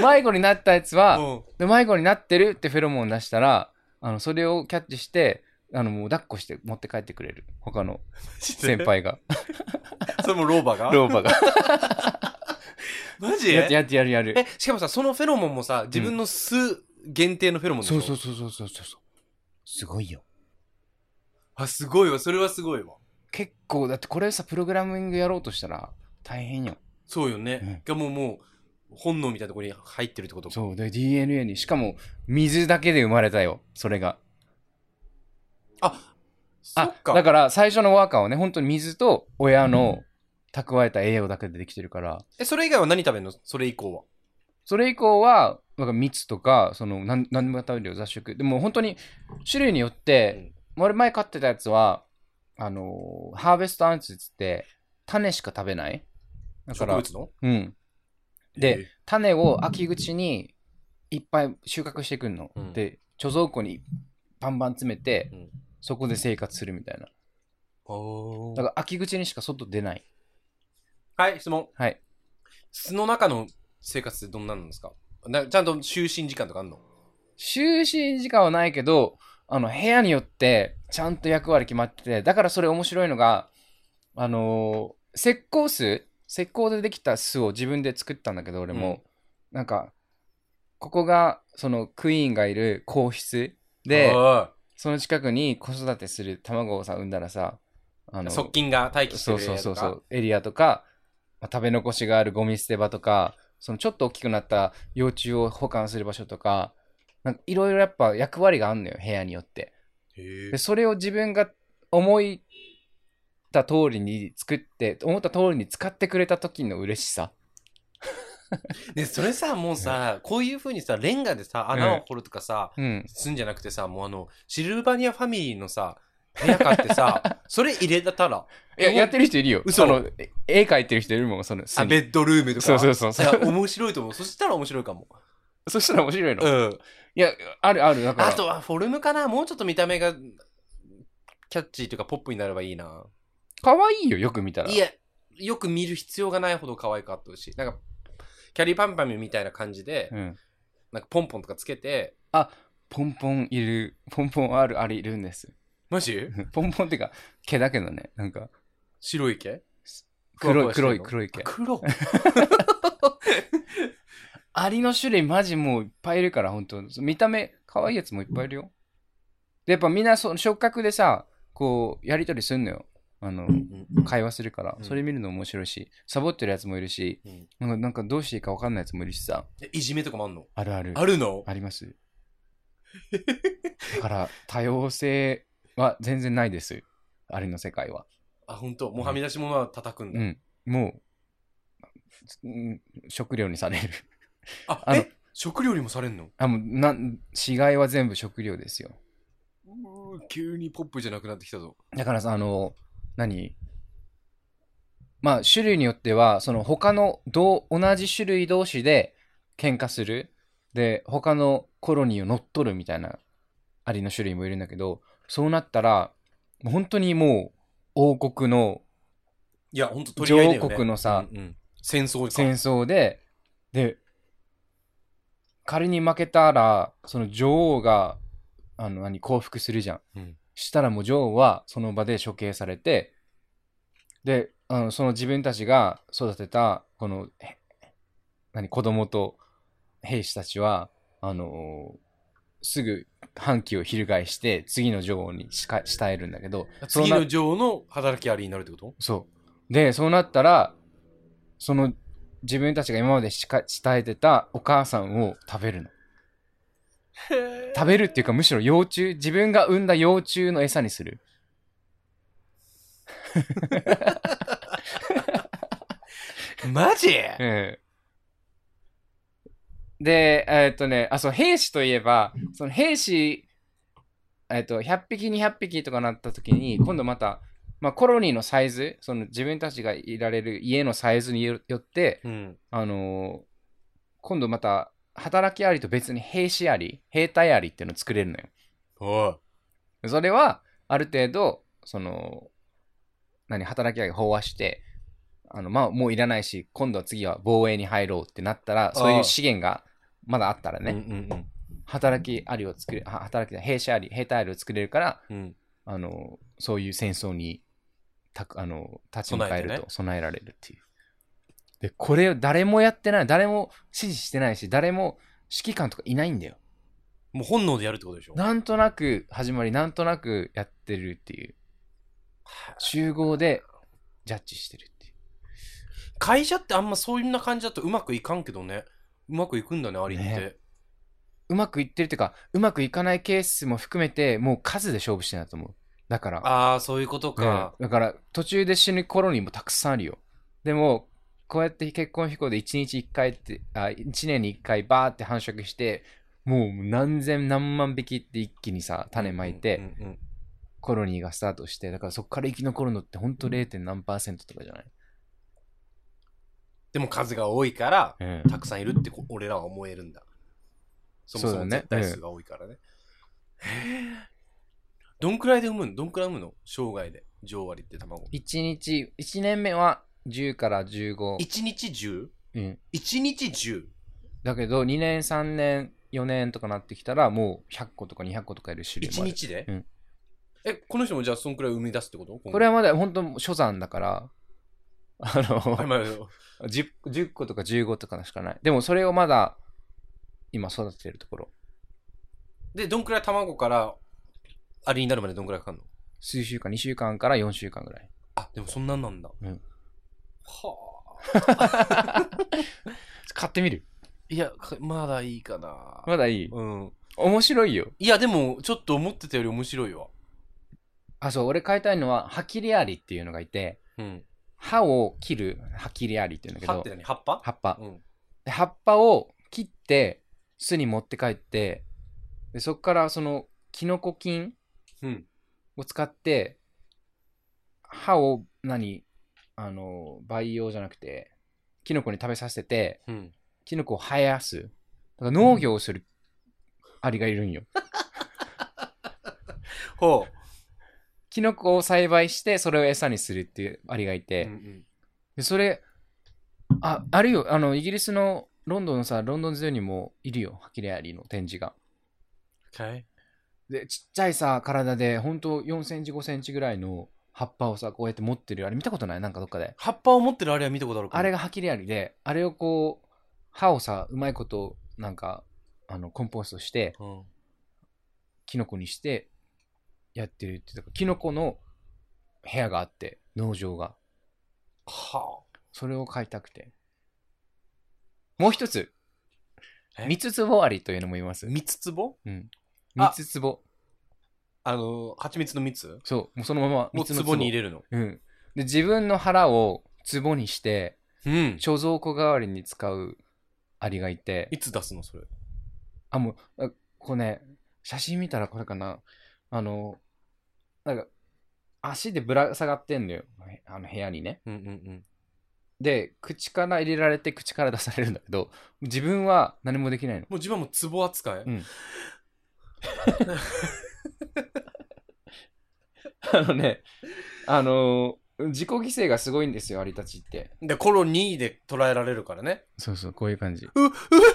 迷子になったやつは、うん、で迷子になってるってフェロモン出したら、あのそれをキャッチして、あのもう抱っこして持って帰ってくれる。他の先輩が。 それも老婆が老婆が。 マジやってやってやるやる。 え、しかもさ、そのフェロモンもさ、自分の巣限定のフェロモンでしょ、 そうそうそうそうそうそう。すごいよ。 あ、すごいわ。それはすごいわ。 結構、だってこれさ、プログラミングやろうとしたら大変よ。 そうよね。が、うん、もうもう、本能みたいなところに入ってるってことか。 そう。で、ディーエヌエー に、しかも、水だけで生まれたよ。それが。 あ、そっか。 だから、最初のワーカーはね、本当に水と親の蓄えた栄養だけでできてるから。 え、それ以外は何食べるの？それ以降は。 それ以降は、なんか蜜とか、その、なん、なんでも食べるよ、雑食。でも本当に、種類によって、うん、俺前飼ってたやつは、あのー、ハーベストアンツって、種しか食べない。だから、 植物の？ うん。で、種を秋口にいっぱい収穫してくんの。うん、で、貯蔵庫にバンバン詰めて、うん、そこで生活するみたいな。おー。だから秋口にしか外出ない。 はい、質問。 はい。 巣の中の生活ってどんなんですか？なちゃんと就寝時間とかあんの？ 就寝時間はないけど、あの、部屋によってちゃんと役割決まってて、だからそれ面白いのが、あのー、石膏巣石膏でできた巣を自分で作ったんだけど、俺も。うん、なんか、ここが、その、クイーンがいる皇室で、その近くに子育てする卵をさ、産んだらさ、 あの、側近が待機してるエリアとか。 そうそうそうそう、エリアとか、まあ、食べ残しがあるゴミ捨て場とか、そのちょっと大きくなった幼虫を保管する場所とか、なんかいろいろやっぱ役割があるのよ、部屋によって。で、それを自分が思いた通りに作って、思った通りに使ってくれた時の嬉しさ。 で、それさ、もうさ、うん、こういう風にさ、レンガでさ、穴を掘るとかさ、うん、すんじゃなくてさ、もうあの、シルバニアファミリーのさ、部屋買ってさ、それ入れたら。 いや、やってる人いるよ。嘘の。絵描いてる人いるもん、その。 あ、ベッドルームとか。 そうそうそう。 いや、面白いと思う。そしたら面白いかも。 そしたら面白いの？ うん。 いや、あるある。だから。 あとはフォルムかな。もうちょっと見た目が、キャッチーというかポップになればいいな。 可愛いよ、よく見たら。 いや、よく見る必要がないほど可愛かったし。なんか、キャリーパンパンみたいな感じで、うん、なんかポンポンとかつけて。 あ、ポンポンいる。ポンポンある、あれいるんです。 マジ？ ポンポンってか毛だけどね、なんか白い毛？ 黒い黒い黒い毛。 黒。 アリの種類マジもういっぱいいるから、本当見た目可愛いやつもいっぱいいるよ。でやっぱみんなその触覚でさ、こうやりとりすんのよ。あの、うんうん、会話するから、うん、それ見るの面白いし、サボってるやつもいるし、うん、なんかなんかどうしていいか分かんないやつもいるしさ。 いじめとかもあんの？ あるある。 あるの？ あります。だから多様性は全然ないです。アリの世界は。 あ、本当。もうはみ出し物は叩くんだ。 うん。もう、うん、食料にされる。 あ、あのえ食料にもされんの？ あ、もうな死骸は全部食料ですよ。 うー急にポップじゃなくなってきたぞ。 だからさ、あの何まあ種類によってはその他の同同じ種類同士で喧嘩する。で他のコロニーを乗っ取るみたいなアリの種類もいるんだけど、そうなったら本当にもう王国のいや本当取り合いだよね。 女王国のさ、 うんうん、戦争か戦争でで仮に負けたらその女王があの何降伏するじゃん、うん、したらもう女王はその場で処刑されて、であのその自分たちが育てたこの何子供と兵士たちはあのー、すぐ反旗を翻して次の女王に慕えるんだけど、 次の女王の働きありになるってこと？ そうでそうなったらその自分たちが今までしか伝えてたお母さんを食べるの。食べるっていうかむしろ幼虫、自分が産んだ幼虫の餌にする。 マジ？ うんで、えーっとね、あ、そう、兵士といえば、その兵士、えーっと、ひゃっぴき、にひゃっぴきとかなった時に、今度また、まあ、コロニーのサイズ、その自分たちがいられる家のサイズによって、うん、あのー、今度また、働きアリと別に兵士アリ、兵隊アリっていうのを作れるのよ。 おい。それは、ある程度、その、何、働きアリ飽和して、あの、まあ、もういらないし、今度は次は防衛に入ろうってなったら、そういう資源が、まだあったらね、うんうんうん、働きアリを作れ、働き兵士アリ、兵隊アリを作れるから、うん、あのそういう戦争にたあの立ち向かえると、ね、備えられるっていう。で、これを誰もやってない、誰も指示してないし、誰も指揮官とかいないんだよ。 もう本能でやるってことでしょ。 なんとなく始まり、なんとなくやってるっていう。集合でジャッジしてるっていう。 会社ってあんまそういうな感じだとうまくいかんけどね。うまくいくんだね、アリって、ね、 うまくいってるっていうか、うまくいかないケースも含めて、もう数で勝負してるんだと思う。だから。 ああ、そういうことか、 ね。だから、途中で死ぬコロニーもたくさんあるよ。でも、こうやって結婚飛行でいちにちいっかいって、あ、いちねんにいっかいバーって繁殖して、もう何千何万匹って一気にさ、種まいて、うんうんうんうん、コロニーがスタートして、だからそこから生き残るのってほんと ゼロ. 何パーセントとかじゃない？ でも数が多いから、うん、たくさんいるって俺らは思えるんだ。そもそも絶対数が多いからね。へえ。どんくらいで産むの？どんくらい産むの？生涯で。女王アリって卵。 いちにち、いちねんめはじゅうからじゅうご。 いちにち じゅう？ うん。いちにちじゅう。 だけどにねん、さんねん、よねんとかなってきたらもうひゃっことかにひゃっことかいる種類もある。 いちにちで？うん。え、この人もじゃあそんくらい生み出すってこと？ これはまだ本当初産だから、あの、10, じゅっことかじゅうごとかしかない。でもそれをまだ今育ててるところ。 で、どんくらい卵からアリになるまでどんくらいかかるの？ 数週間、にしゅうかんからよんしゅうかんぐらい。 あ、でもそんなんなんだ。うん。 はあ。買ってみる？ いや、まだいいかな。 まだいい？うん。面白いよ。 いや、でもちょっと思ってたより面白いわ。 あ、そう、俺買いたいのは、ハキリアリっていうのがいて、うん。葉を切るハキリアリっていうんだけど。 葉って何？葉っぱ？ 葉っぱ。うん。で、葉っぱを切って、巣に持って帰って、でそこからそのキノコ菌を使って、歯を何あの培養じゃなくてキノコに食べさせて、うん、キノコを生やす。だから農業をするアリがいるんよ。 ほう。 キノコを栽培してそれを餌にするっていうアリがいて、うんうん、でそれああるよ。あのイギリスのロンドンのさロンドンズーにもいるよ、ハキリアリの展示が。 Okay. でちっちゃいさ体でほんとよんセンチごセンチぐらいの葉っぱをさこうやって持ってるあれ見たことない？なんかどっかで葉っぱを持ってるあれは見たことあるかも。 あれがハキリアリで、あれをこう葉をさうまいことなんかあのコンポストして、うん、キノコにしてやってるって。だからキノコの部屋があって農場が、はあ、それを買いたくて。もう一つミツツボアリというのもいます。 ミツツボ？ うん。ミツツボ。 あの、蜂蜜の蜜？ そう。もうそのまま蜜の壺に入れるの。 うん。で、自分の腹を壺にして、うん、貯蔵庫代わりに使うアリがいて。 いつ出すのそれ？ あ、もう、こうね、写真見たらこれかな。あの、なんか、足でぶら下がってんのよ。あの部屋にね。うんうんうん。で、口から入れられて口から出されるんだけど、自分は何もできないの。 もう自分はもう壺扱い？うん。 あのね、あのー、自己犠牲がすごいんですよ、アリたちって。 で、コロニーで捉えられるからね。 そうそう、こういう感じ。うう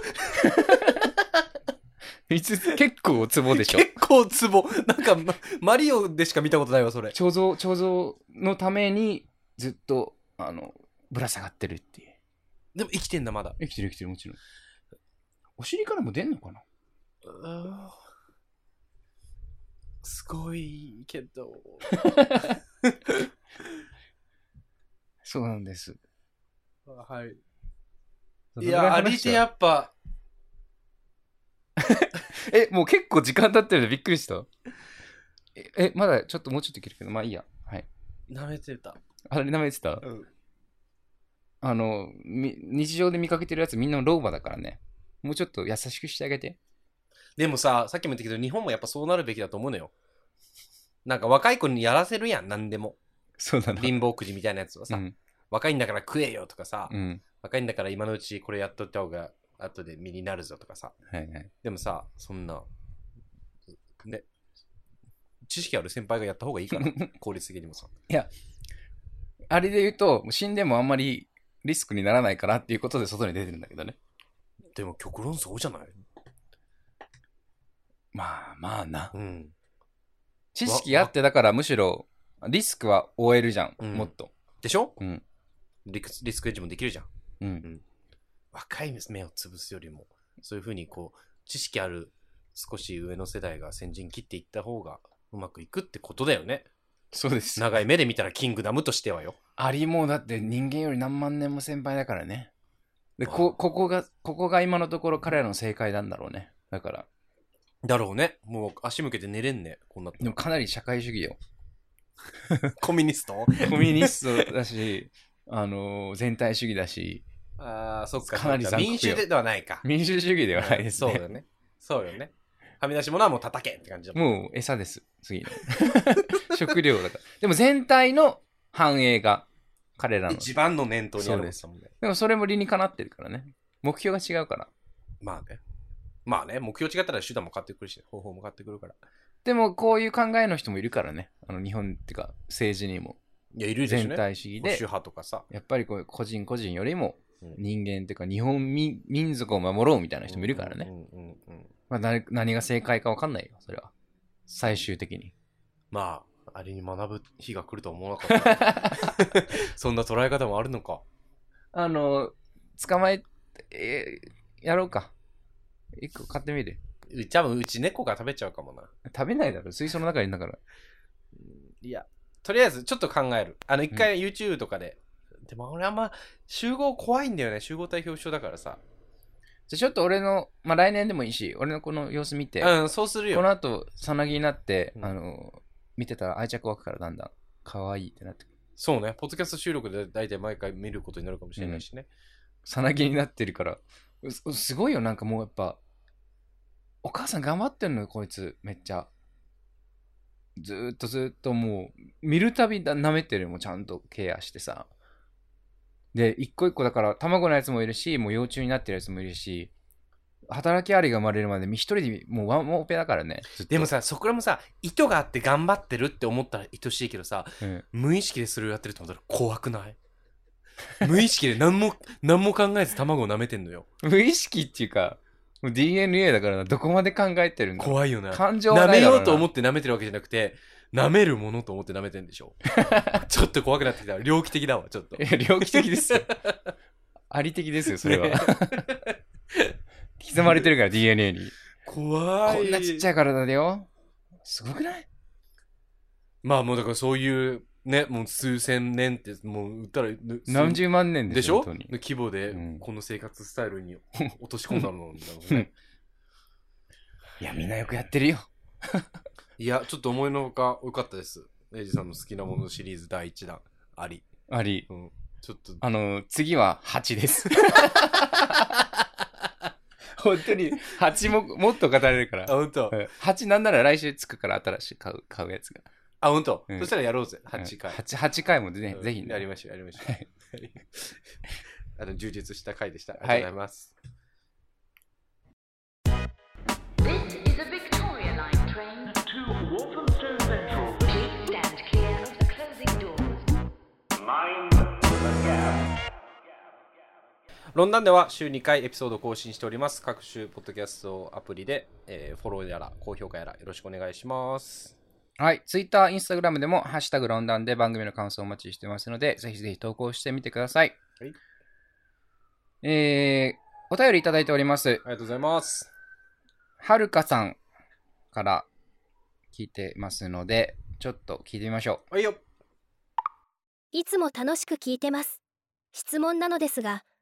結構ツボでしょ？ 結構ツボ。なんか、マリオでしか見たことないわ、それ。 貯蔵、貯蔵のためにずっと、あの、ぶら下がってるっていう。 でも生きてんだ、まだ。 生きてる生きてる、もちろん。お尻からも出んのかな？ すごいけど。 そうなんです。 はい。 いや、アリってやっぱ。 え、もう結構時間経ってるんでびっくりした。え、えまだちょっともうちょっといけるけど、まあいいや。はい。 舐めてた。 あれ舐めてた、 うん、 あの、日常で見かけてるやつみんな老婆だからね。もうちょっと優しくしてあげて。 でもさ、さっきも言ったけど、日本もやっぱそうなるべきだと思うのよ。なんか若い子にやらせるやん、何でも。 そうだな。 貧乏くじみたいなやつはさ、うん、若いんだから食えよとかさ、 うん、 若いんだから今のうちこれやっとった方が後で身になるぞとかさ。 はいはい、 でもさ、そんな、ね、知識ある先輩がやった方がいいから、効率的にもさ。 いや、あれで言うと、死んでもあんまりリスクにならないからっていうことで外に出てるんだけどね。 でも極論そうじゃない？ まあまあな。 うん。 知識あってだからむしろリスクは負えるじゃん、うん、もっと。 でしょ？ うん。 リスクエッジもできるじゃん。 うん。うん、 若い目を潰すよりも、そういうふうにこう、知識ある少し上の世代が先陣切っていった方がうまくいくってことだよね。 そうです。 長い目で見たらキングダムとしてはよ。 アリもだって人間より何万年も先輩だからね。で、こ、ここが、ここが今のところ彼らの正解なんだろうね。だから。 だろうね。もう足向けて寝れんね。こんな。 でもかなり社会主義よ。 コミュニストコミュニストだし、あのー、全体主義だし。 ああ、そっか。 かなり残酷よ。 民主ではないか。 民主主義ではないですね。 そうよね。そうよね。はみ出し物はもう叩けって感じだもん。もう餌です。次の。食料だから。でも全体の繁栄が彼らの。 一番の念頭にあるもんね。 でもそれも理にかなってるからね。目標が違うから。 まあね。まあね、目標違ったら手段も変わってくるし、方法も変わってくるから。 でもこういう考えの人もいるからね。あの日本っていうか政治にも。 いや、いるでしょね。 全体主義で。 保守派とかさ。 やっぱりこう個人個人よりも人間っていうか日本民、民族を守ろうみたいな人もいるからね。まあ何、何が正解か分かんないよ、それは。最終的に。 まあ、あれに学ぶ日が来るとは思わなかった。そんな捉え方もあるのか。 あの、捕まえ、えー、やろうか。一個買ってみる。 多分うち猫が食べちゃうかもな。 食べないだろ、水槽の中にいるんだから。 いや、とりあえずちょっと考える。あの、一回 YouTube とかで。うん、でも俺あんま集合怖いんだよね。集合体表彰だからさ。 じゃあちょっと俺の、まあ来年でもいいし、俺のこの様子見て。 うん、そうするよ。 この後、さなぎになって、うん、あの、見てたら愛着湧くからだんだん。可愛いってなってくる。 そうね。ポッドキャスト収録で大体毎回見ることになるかもしれないしね。 さなぎになってるから。すごいよ、なんかもうやっぱ。お母さん頑張ってんのよ、こいつ。めっちゃ。ずーっとずーっともう、見るたびだ舐めてるもちゃんとケアしてさ。で、一個一個だから、卵のやつもいるし、もう幼虫になってるやつもいるし、働きアリが生まれるまで一人でもうワンオペだからね。 でもさ、そこらもさ、意図があって頑張ってるって思ったら愛しいけどさ、うん、無意識でそれをやってると思ったら怖くない？無意識で何も、何も考えず卵を舐めてんのよ。 無意識っていうか、ディーエヌエー だからな、どこまで考えてるんだ。 怖いよな。 感情はないだろうな。舐めようと思って舐めてるわけじゃなくて、舐めるものと思って舐めてるんでしょ。ちょっと怖くなってきた。猟奇的だわ、ちょっと。 いや、猟奇的ですよ。あり的ですよ、それは。刻まれてるから、ディーエヌエー に。 怖い。 こんなちっちゃい体だよ。すごくない？ まあもうだからそういう、ね、もう数千年って、もう言ったら、 何十万年でしょ？でしょ？規模で、この生活スタイルに落とし込んだのなんだろうね。 いや、みんなよくやってるよ。 いや、ちょっと思いのほか良かったです。エイジさんの好きなものシリーズだいいちだん、あり。 あり。 うん。ちょっと。 あの、次ははちです。本当に、はちも、もっと語れるから。 あ、本当。 はちなんなら来週つくから新しい買う、買うやつが。 あ、本当。うん、そしたらやろうぜ、はちかい。 はち、はちかいもね、うん、ぜひ、ね。 やりましょう、やりましょう。あの、充実した回でした。ありがとうございます。はいロンダンでは週にかいエピソード更新しております。各種ポッドキャストアプリで、えー、フォローやら高評価やらよろしくお願いします。 はい。Twitter、Instagram でもハッシュタグロンダンで番組の感想をお待ちしてますので、ぜひぜひ投稿してみてください。はい。えー、お便りいただいております。ありがとうございます。 はるかさんから聞いてますので、ちょっと聞いてみましょう。はいよ。 いつも楽しく聞いてます。質問なのですが、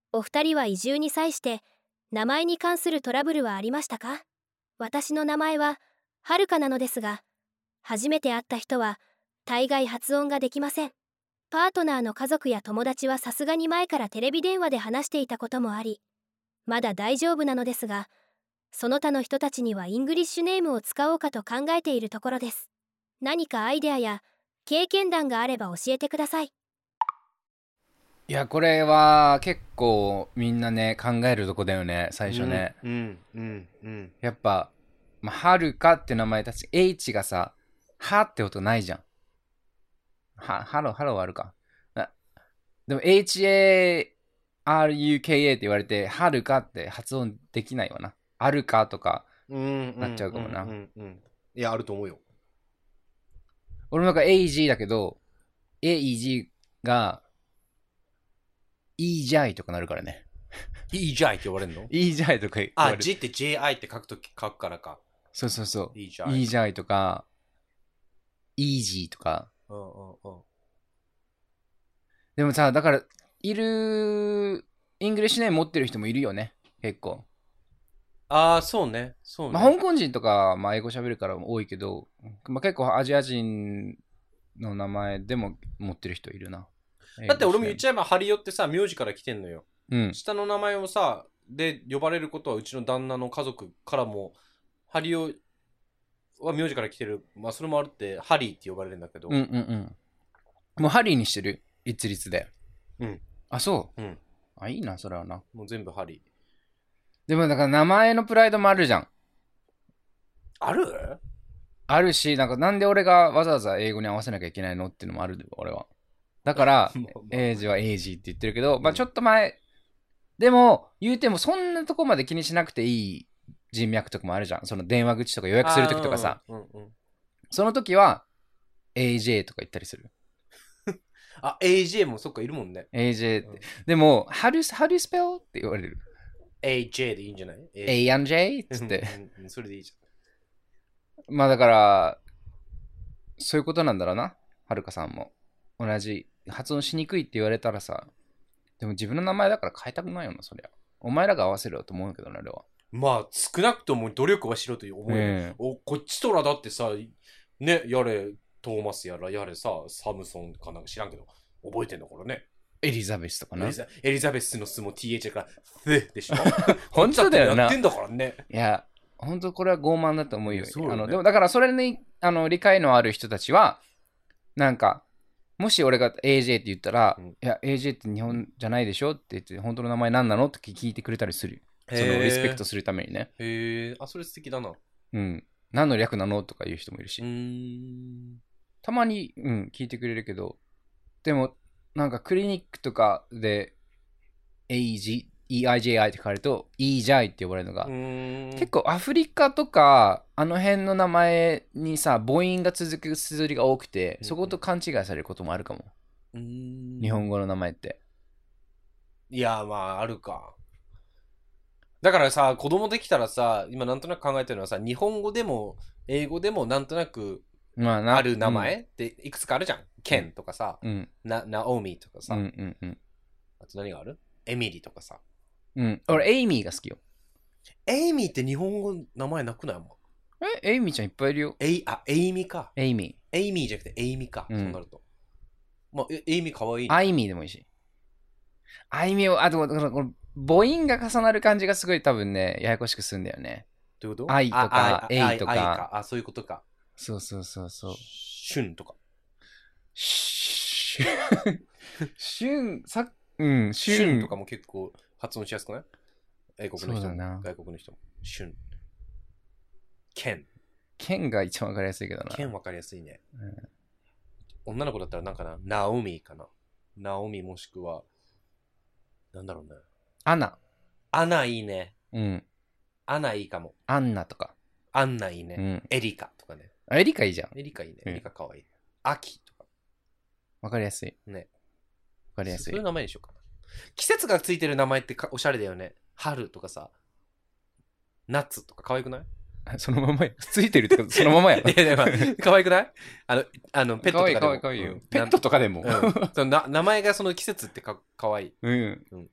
お二人は移住に際して名前に関するトラブルはありましたか？私の名前ははるかなのですが、初めて会った人は大概発音ができません。パートナーの家族や友達はさすがに前からテレビ電話で話していたこともあり、まだ大丈夫なのですが、その他の人たちにはイングリッシュネームを使おうかと考えているところです。何かアイデアや経験談があれば教えてください。 いや、これは結構みんなね、考えるとこだよね、最初ね。 うん、うん、うん。 やっぱ、まあ、はるかって名前たち、H がさ、はって音ないじゃん。は、ハロー、ハローあるか。でも エイチエーアールユーケーエー って言われて、はるかって発音できないわな。あるかとか、なっちゃうかもな。 いや、あると思うよ。 俺もなんか エイジー だけど、エイジー が、イージャイとかなるからね。 イージャイって呼ばれるの？ イージャイとか言われる。あ、G って ジェイアイ って書くとき書くからか。 そうそうそう。 イージャイとか、イージーとか。 うんうんうん。 でもさ、だから、いる、イングリッシュネーム持ってる人もいるよね、結構。 ああ、そうね。そうね。 まあ、香港人とか、まあ、英語喋るから多いけど、まあ、結構アジア人の名前でも持ってる人いるな。 だって俺も言っちゃえばハリオってさ、名字から来てんのよ。 うん。 下の名前をさ、で呼ばれることはうちの旦那の家族からも、ハリオは名字から来てる。まあそれもあるって、ハリーって呼ばれるんだけど。 うんうんうん。もうハリーにしてる？一律で。 うん。 あ、そう。 うん。 あ、いいな、それはな。 もう全部ハリー。 でもだから名前のプライドもあるじゃん。 ある？ あるし、なんかなんで俺がわざわざ英語に合わせなきゃいけないのっていうのもあるで、俺は。だから、エイジはエイジって言ってるけど、うん、まあちょっと前、でも、言うてもそんなとこまで気にしなくていい人脈とかもあるじゃん。その電話口とか予約するときとかさ、うんうんうん。その時は、エージェー とか言ったりする。 あ、エージェー もそっかいるもんね。 エージェー って。うん、でも、how do you, how do you spell? って言われる。 エージェー でいいんじゃない ?エーアンドジェー っつって。 うん、それでいいじゃん。まあだから、そういうことなんだろうな。はるかさんも。同じ。発音しにくいって言われたらさ、でも自分の名前だから変えたくないよな、そりゃ。お前らが合わせろよと思うけどな、あれは。 まあ、少なくとも努力はしろと思うよ、えー、おこっちとらだってさ、ね、やれ、トーマスやら、やれさ、サムソンかなんか知らんけど、覚えてんだからね。 エリザベスとかな。 エリザ、エリザベスの巣も ティーエイチ だから、フでしょ。 本当だよな。 やってんだからね。 いや、本当これは傲慢だと思うよ。うよね、あのでもだからそれにあの理解のある人たちは、なんか、もし俺が エージェー って言ったら、うん、いや、エージェー って日本じゃないでしょって言って、本当の名前何なのって聞いてくれたりする。そのリスペクトするためにね。 へえ、あ、それ素敵だな。 うん。何の略なのとか言う人もいるし。 うーんたまに、うん、聞いてくれるけど、でも、なんかクリニックとかで、エージー、イーアイジェーアイ って書かれると、イージャイって呼ばれるのが、結構アフリカとか、あの辺の名前にさ、母音が続く綴りが多くて、そこと勘違いされることもあるかも。 うーん日本語の名前って。 いや、まあ、あるか。だからさ、子供できたらさ、今なんとなく考えてるのはさ、日本語でも英語でもなんとなくある名前っていくつかあるじゃん。ケンとかさ、 うん、 な、ナオミとかさ、 うんうんうん、 あと何がある？エミリとかさ。 うん、俺エイミーが好きよ。 エイミーって日本語名前なくないもん。 え、エイミーちゃんいっぱいいるよ。 エイ、あ、エイミか。 エイミー。エイミーじゃなくてエイミか。うん、そうなると。まあ、エイミーかわいい、 ね。アイミーでもいいし。アイミーを、あと、だからこの母音が重なる感じがすごい多分ね、ややこしくするんだよね。 どういうことアイとか、エイとか。 か。あ、そういうことか。 そうそうそうそう。 シュンとか。 シュン。シュン、さ、うん、 シュンとかも結構発音しやすくない？英国の人も外国の人も。シュン。ケン。 ケンが一番わかりやすいけどな。 ケンわかりやすいね。うん、女の子だったらなんかな、ナオミかな。ナオミもしくは、なんだろうね。 アナ。 アナいいね。 うん。 アナいいかも。 アンナとか。 アンナいいね。 うん、 エリカとかね。 エリカいいじゃん。 エリカいいね。エリカかわいい。アキとか。 わかりやすい。 ね。 わかりやすい。 そういう名前にしようかな。季節がついてる名前っておしゃれだよね。春とかさ。夏とか可愛くない？ そのままや。ついてるってことそのままや。いやいや、可愛くない？あの、あの、ペットとかでも。 かわいいかわいいよ。ペットとかでも。 うん、そのな名前がその季節ってか、かわいい。 うん。うん。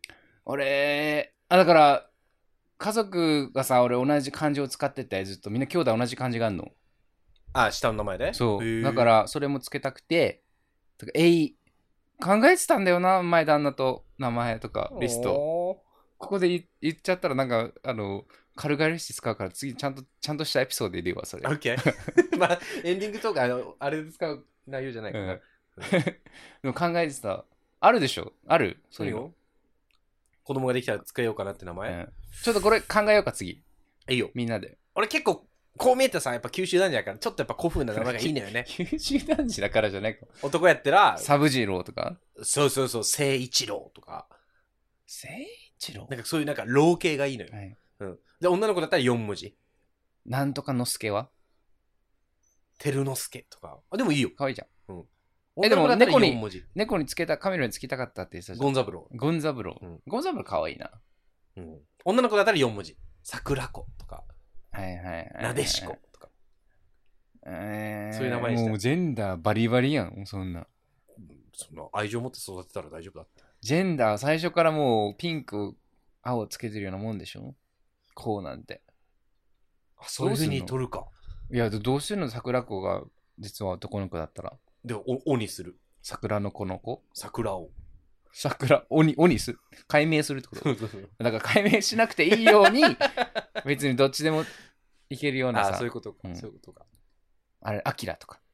俺、あ、だから、家族がさ、俺同じ漢字を使ってて、ずっとみんな兄弟同じ漢字があるの。 あ、下の名前で？ そう。だから、それもつけたくて、えい、考えてたんだよな、前旦那と名前とか、リスト。ここで言っちゃったら、なんか、あの、軽々しく使うから、次ちゃんと、ちゃんとしたエピソードで言うわ、それ。 オッケー。まあ、エンディングとか、あの、あれで使う内容じゃないかな。うん、 でも考えてた。あるでしょ？ある？そういうの。 子供ができたら使えようかなって名前、うん、 ちょっとこれ考えようか、次。 いいよ。 みんなで。 俺結構、こう見えてさ、やっぱ九州男児だから、ちょっとやっぱ古風な名前がいいのよね。 九州男児だからじゃないか。 男やったら、 サブジローとか。 そうそうそう、聖一郎とか。 聖一郎？ なんかそういうなんか、老系がいいのよ。はい、うん。で、女の子だったらよん文字。 なんとかのすけは照之助とか。あ、でもいいよ。 かわいいじゃん。 うん。 え、でも猫に、猫につけた、カメラにつけたかったって言ってたじゃん。 ゴンザブロー。ゴンザブロー。うん、ゴンザブローかわいいな。 うん。女の子だったらよん文字。桜子とか。 はいはいはい。 なでしことか。 えー、 そういう名前にした。 もうジェンダーバリバリやん、そんな。 そんな愛情持って育てたら大丈夫だって。 ジェンダー最初からもうピンク、青つけてるようなもんでしょ？こうなんて。 あ、そういう風に取るか。 いや、どうするの？桜子が実は男の子だったら。 で、お、おにする。 桜の子の子？ 桜を。 桜、おに、おにす。解明するってことだから解明しなくていいように、別にどっちでもいけるようなさ。 あ、そういうことか。うん、そういうことか。 あれ、アキラとか。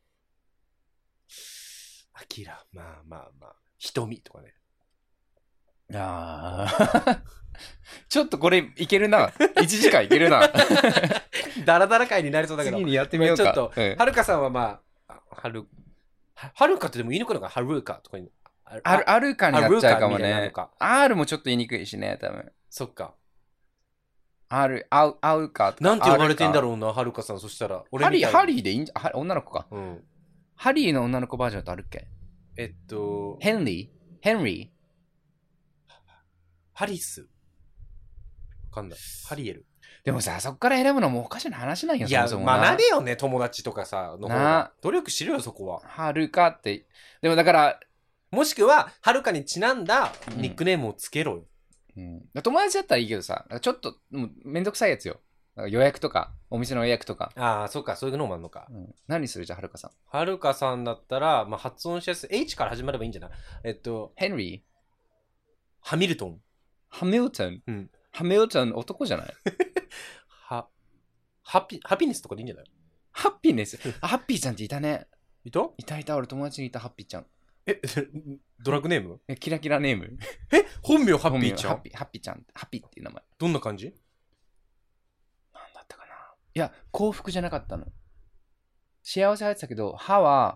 アキラ、まあまあまあ。瞳とかね。 ああ。ちょっとこれいけるな。いちじかんいけるな。 ダラダラ回になりそうだけど。 次にやってみようか。 ちょっと、うん、はるかさんはまあ、はる、はるかってでもいいのかな？はるかとかに。 ある、あるかになっちゃうかもね。R もちょっと言いにくいしね、多分。 そっか。 R、あう、あうかとか。 なんて呼ばれてんだろうな、はるかさん。そしたら。 俺ハリー、ハリーでいいんじゃ、女の子か。 うん。 ハリーの女の子バージョンってあるっけ？ えっと。 ヘンリー？ヘンリー？ ハリス。わかんない。ハリエル。 でもさ、そっから選ぶのもおかしな話なんよ、 いや、そもそもな。学べよね、友達とかさ、の方が。努力しろよ、そこは。 はるかって。でもだから、 もしくは、はるかにちなんだニックネームをつけろよ。 うんうん、友達だったらいいけどさ、ちょっともうめんどくさいやつよ。予約とか、お店の予約とか。 ああ、そっか、そういうのもあるのか。 うん、何するじゃん、はるかさん。 はるかさんだったら、まあ、発音しやすい。H から始まればいいんじゃない？えっと、 ヘンリー？ ハミルトン。 ハミルトン？ うん。 ハミルトン男じゃない？ は、ハピ、ハピネスとかでいいんじゃない？ ハッピーネス。ハッピーちゃんっていたね。 いた？ いたいた、俺友達にいたハッピーちゃん。 え、ドラッグネーム？ え、キラキラネーム。 え、本名ハッピーちゃん？ ハッピー、ハッピーちゃん。ハッピーっていう名前。 どんな感じ？ なんだったかな。いや、幸福じゃなかったの。幸せ入ってたけど、歯は、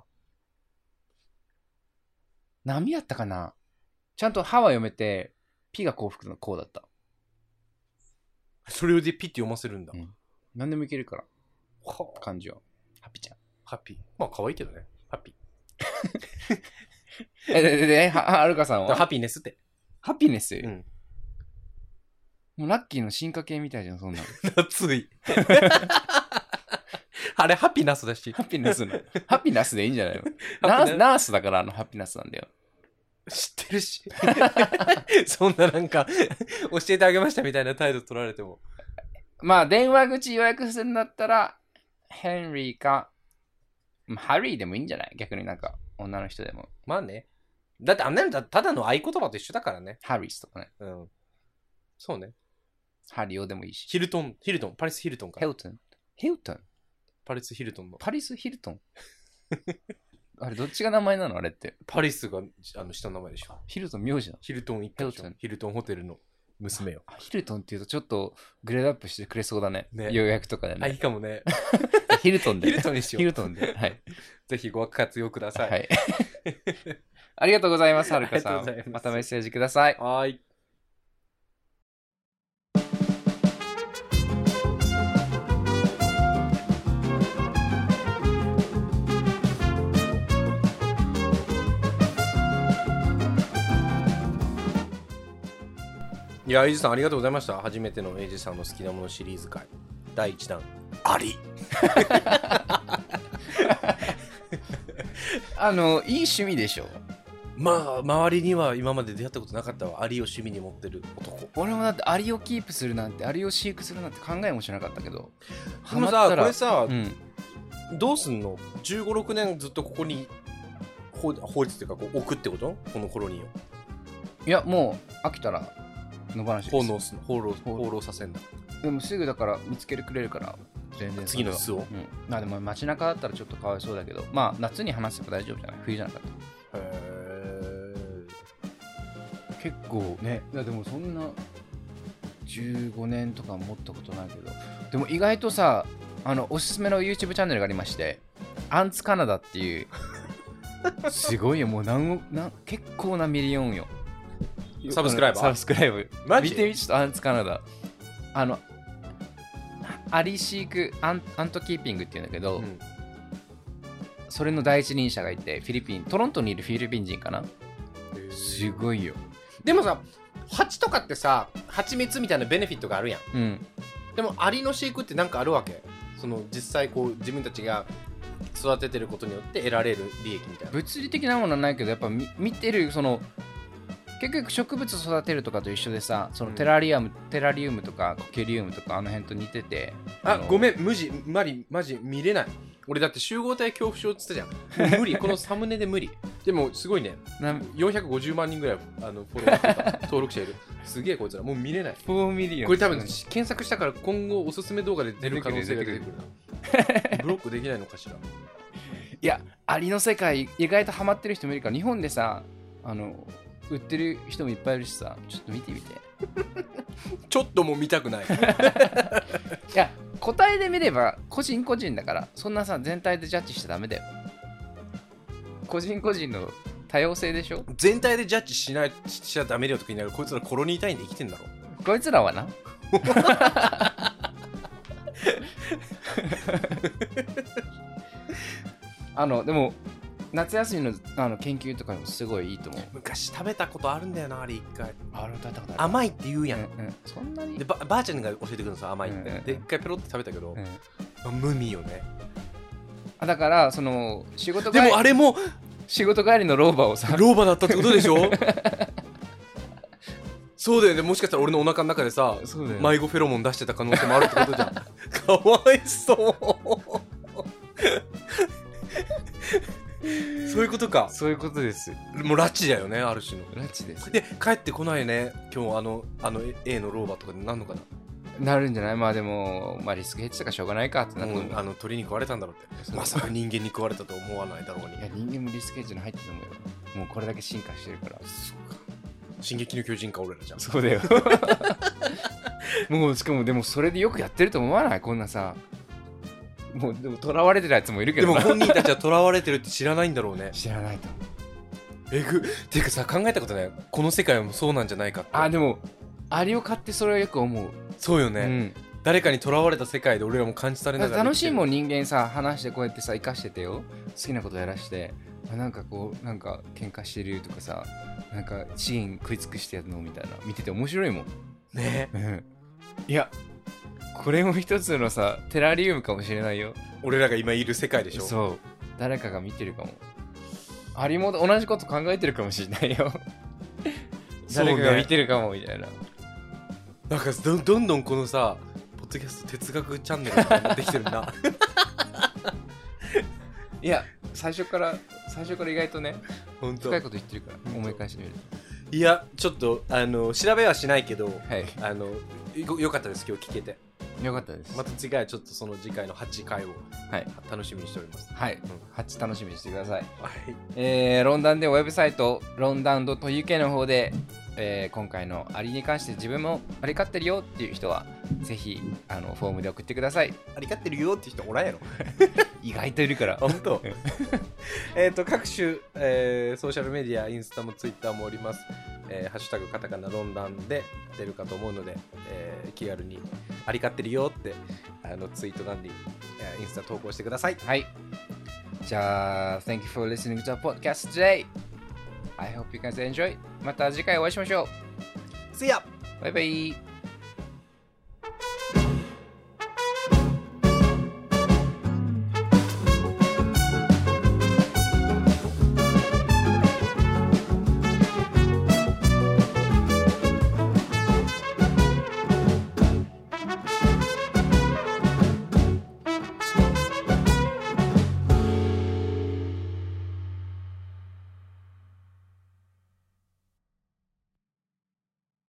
何やったかな。ちゃんと歯は読めて、ピが幸福のこうだった。 それでピって読ませるんだ。うん、 何でもいけるから。漢字は。ハッピーちゃん。 ハッピー。まあ可愛いけどね。ハッピー。 え、で、で、で、は、はるかさんはハピネスって。 ハピネス？ うん。 もうラッキーの進化系みたいじゃん、そんなの。 夏い。あれ、ハピナスだし。 ハピナスの。ハピナスでいいんじゃないの？ナース、ナースだからあのハピナスなんだよ。 知ってるし。そんななんか、教えてあげましたみたいな態度取られても。 まあ、電話口予約するんだったら、ヘンリーか、ハリーでもいいんじゃない？逆になんか、女の人でも。 まあね。だってあんなのただの合言葉と一緒だからね。 ハリスとかね。 うん。そうね。 ハリオでもいいし。 ヒルトン、ヒルトン、パリス・ヒルトンか。 ヒルトンヒルトンパリス・ヒルトンの。 パリス・ヒルトンあれ、どっちが名前なのあれって。 パリスがあの下の名前でしょ。 ヒルトン名字なの？ ヒルトン一家でしょ。ヒルトンホテルの娘よ。 ヒルトンって言うとちょっとグレードアップしてくれそうだね。ね、予約とかでね。 あ、いいかもね。 ヒルトンで。 ヒルトンにしよう。 ヒルトンで。はい。 ぜひご活用ください。 はい。ありがとうございます、はるかさん。ま, またメッセージください。 はい。いや、エイジさんありがとうございました。初めてのエイジさんの好きなものシリーズ回だいいちだんありあのいい趣味でしょ。 まあ周りには今まで出会ったことなかったわ。アリを趣味に持ってる男。 俺もだってアリをキープするなんて、アリを飼育するなんて考えもしなかったけど。 でもさこれさ、うん、どうすんの？じゅうご、ろくねんずっとここに放置っていうかこう置くってこと？このコロニーを。 いやもう飽きたら野放しです。 放浪す放浪放浪させんだ。 でもすぐだから見つけてくれるから全然。 次の巣を。うん。 まあでも街中だったらちょっとかわいそうだけど、まあ夏に話せば大丈夫じゃない？冬じゃなかった。へえ。結構ね。いやでもそんなじゅうごねんとか持ったことないけど、でも意外とさ、あのおすすめの YouTube チャンネルがありまして、アンツカナダっていうすごいよ、もう何何結構なミリオンよ。 サブスクライバー。 サブスクライバー。 マジ？ 見てみちょっとアンツカナダ。あのアリ飼育アン、アントキーピングっていうんだけど、うん、それの第一人者がいて、フィリピン、トロントにいるフィリピン人かな。すごいよ。 でもさ、ハチとかってさ、ハチミツみたいなベネフィットがあるやん。うん、でもアリの飼育ってなんかあるわけ？その実際こう自分たちが育ててることによって得られる利益みたいな。 物理的なものはないけど、やっぱ見、見てるその結局植物育てるとかと一緒でさ、そのテラリアム、うん、テラリウムとかコケリウムとかあの辺と似てて。 あ、ごめん、無事、マジ、マジ見れない。俺だって集合体恐怖症っつったじゃん。もう無理、このサムネで無理。でもすごいね。よんひゃくごじゅうまんにんぐらいあのフォロワーとか登録者いる。すげえこいつら、もう見れない。 よんミリオン。 これ多分検索したから今後おすすめ動画で出る可能性が出てくるな。ブロックできないのかしら。 いや、アリの世界意外とハマってる人もいるから、日本でさ、あの売ってる人もいっぱいいるしさ、ちょっと見てみて。 ちょっとも見たくない。いや、個体で見れば個人個人だから、そんなさ全体でジャッジしちゃダメだよ。個人個人の多様性でしょ。 全体でジャッジしないしちゃダメだよとか言いながら、こいつらコロニー単位で生きてんだろ。 こいつらはな。あのでも夏休み の, あの研究とかにもすごいいいと思う。 昔食べたことあるんだよな、あれ一回。 あれ食べたことある。 甘いって言うやん、うんうん、 そんなにで ば, ばあちゃんが教えてくるのさ、甘いって、うんうん、で一回ペロって食べたけど、うんまあ、無味よね。 あだからその仕事帰りでもあれも仕事帰りの老婆をさ、 老婆だったってことでしょ。そうだよね。もしかしたら俺のお腹の中でさ、迷子フェロモン出してた可能性もあるってことじゃん。かわいそう。そういうことか。 そういうことです。 もう拉致だよね、ある種の。 拉致です。 で帰ってこないね。今日あのあの A の老婆とかになるのかな。 なるんじゃない。まあでも、まあ、リスクヘッジとかしょうがないかってなる、 うん、あの鳥に食われたんだろうって。まさか人間に食われたと思わないだろうに。 いや人間もリスクヘッジに入ってると思うよ。もうこれだけ進化してるから。 そうか。進撃の巨人か俺らじゃん。 そうだよ。もうしかもでもそれでよくやってると思わない？こんなさ。もうでも囚われてるやつもいるけど。 でも本人たちは囚われてるって知らないんだろうね。 知らないと思う。 えぐっていうかさ、考えたことない。この世界もそうなんじゃないかって。 あでもアリを買ってそれをよく思う。 そうよね、うん、誰かに囚われた世界で俺らも感じされながら楽しいもん。人間さ話してこうやってさ生かしててよ、好きなことやらしてあなんかこうなんか喧嘩してるとかさ、なんか資源食い尽くしてやるのみたいな見てて面白いもんね。 いやこれも一つのさテラリウムかもしれないよ。 俺らが今いる世界でしょ。 そう誰かが見てるかも。アリも同じこと考えてるかもしれないよ。誰かが見てるかもみたいな。 なんか ど, どんどんこのさポッドキャスト哲学チャンネルができてるな。 いや最初から最初から意外とね本当深いこと言ってるから思い返してみると。 いやちょっとあの調べはしないけど、 はい、 あの よ, よかったです今日聞けて。 よかったです。 また次回ちょっとその次回のはちかいを、はい、楽しみにしております。 はい、うん、はち楽しみにしてください。 はい、 えー、ロンダンでウェブサイトロンダン .uk の方で、えー、今回のアリに関して自分もアリ飼ってるよっていう人はぜひあのフォームで送ってください。 アリ飼ってるよっていう人おらんやろ。 意外といるから。 本当。えっと各種、えー、ソーシャルメディアインスタもツイッターもおります。えー、ハッシュタグカタカナロンダンで出るかと思うので、えー、気軽にアリ飼ってるよってあのツイートなんで、えー、インスタ投稿してください。 はい。じゃあ Thank you for listening to our podcast today. I hope you guys enjoy. また次回お会いしましょう。 See ya! バイバイ。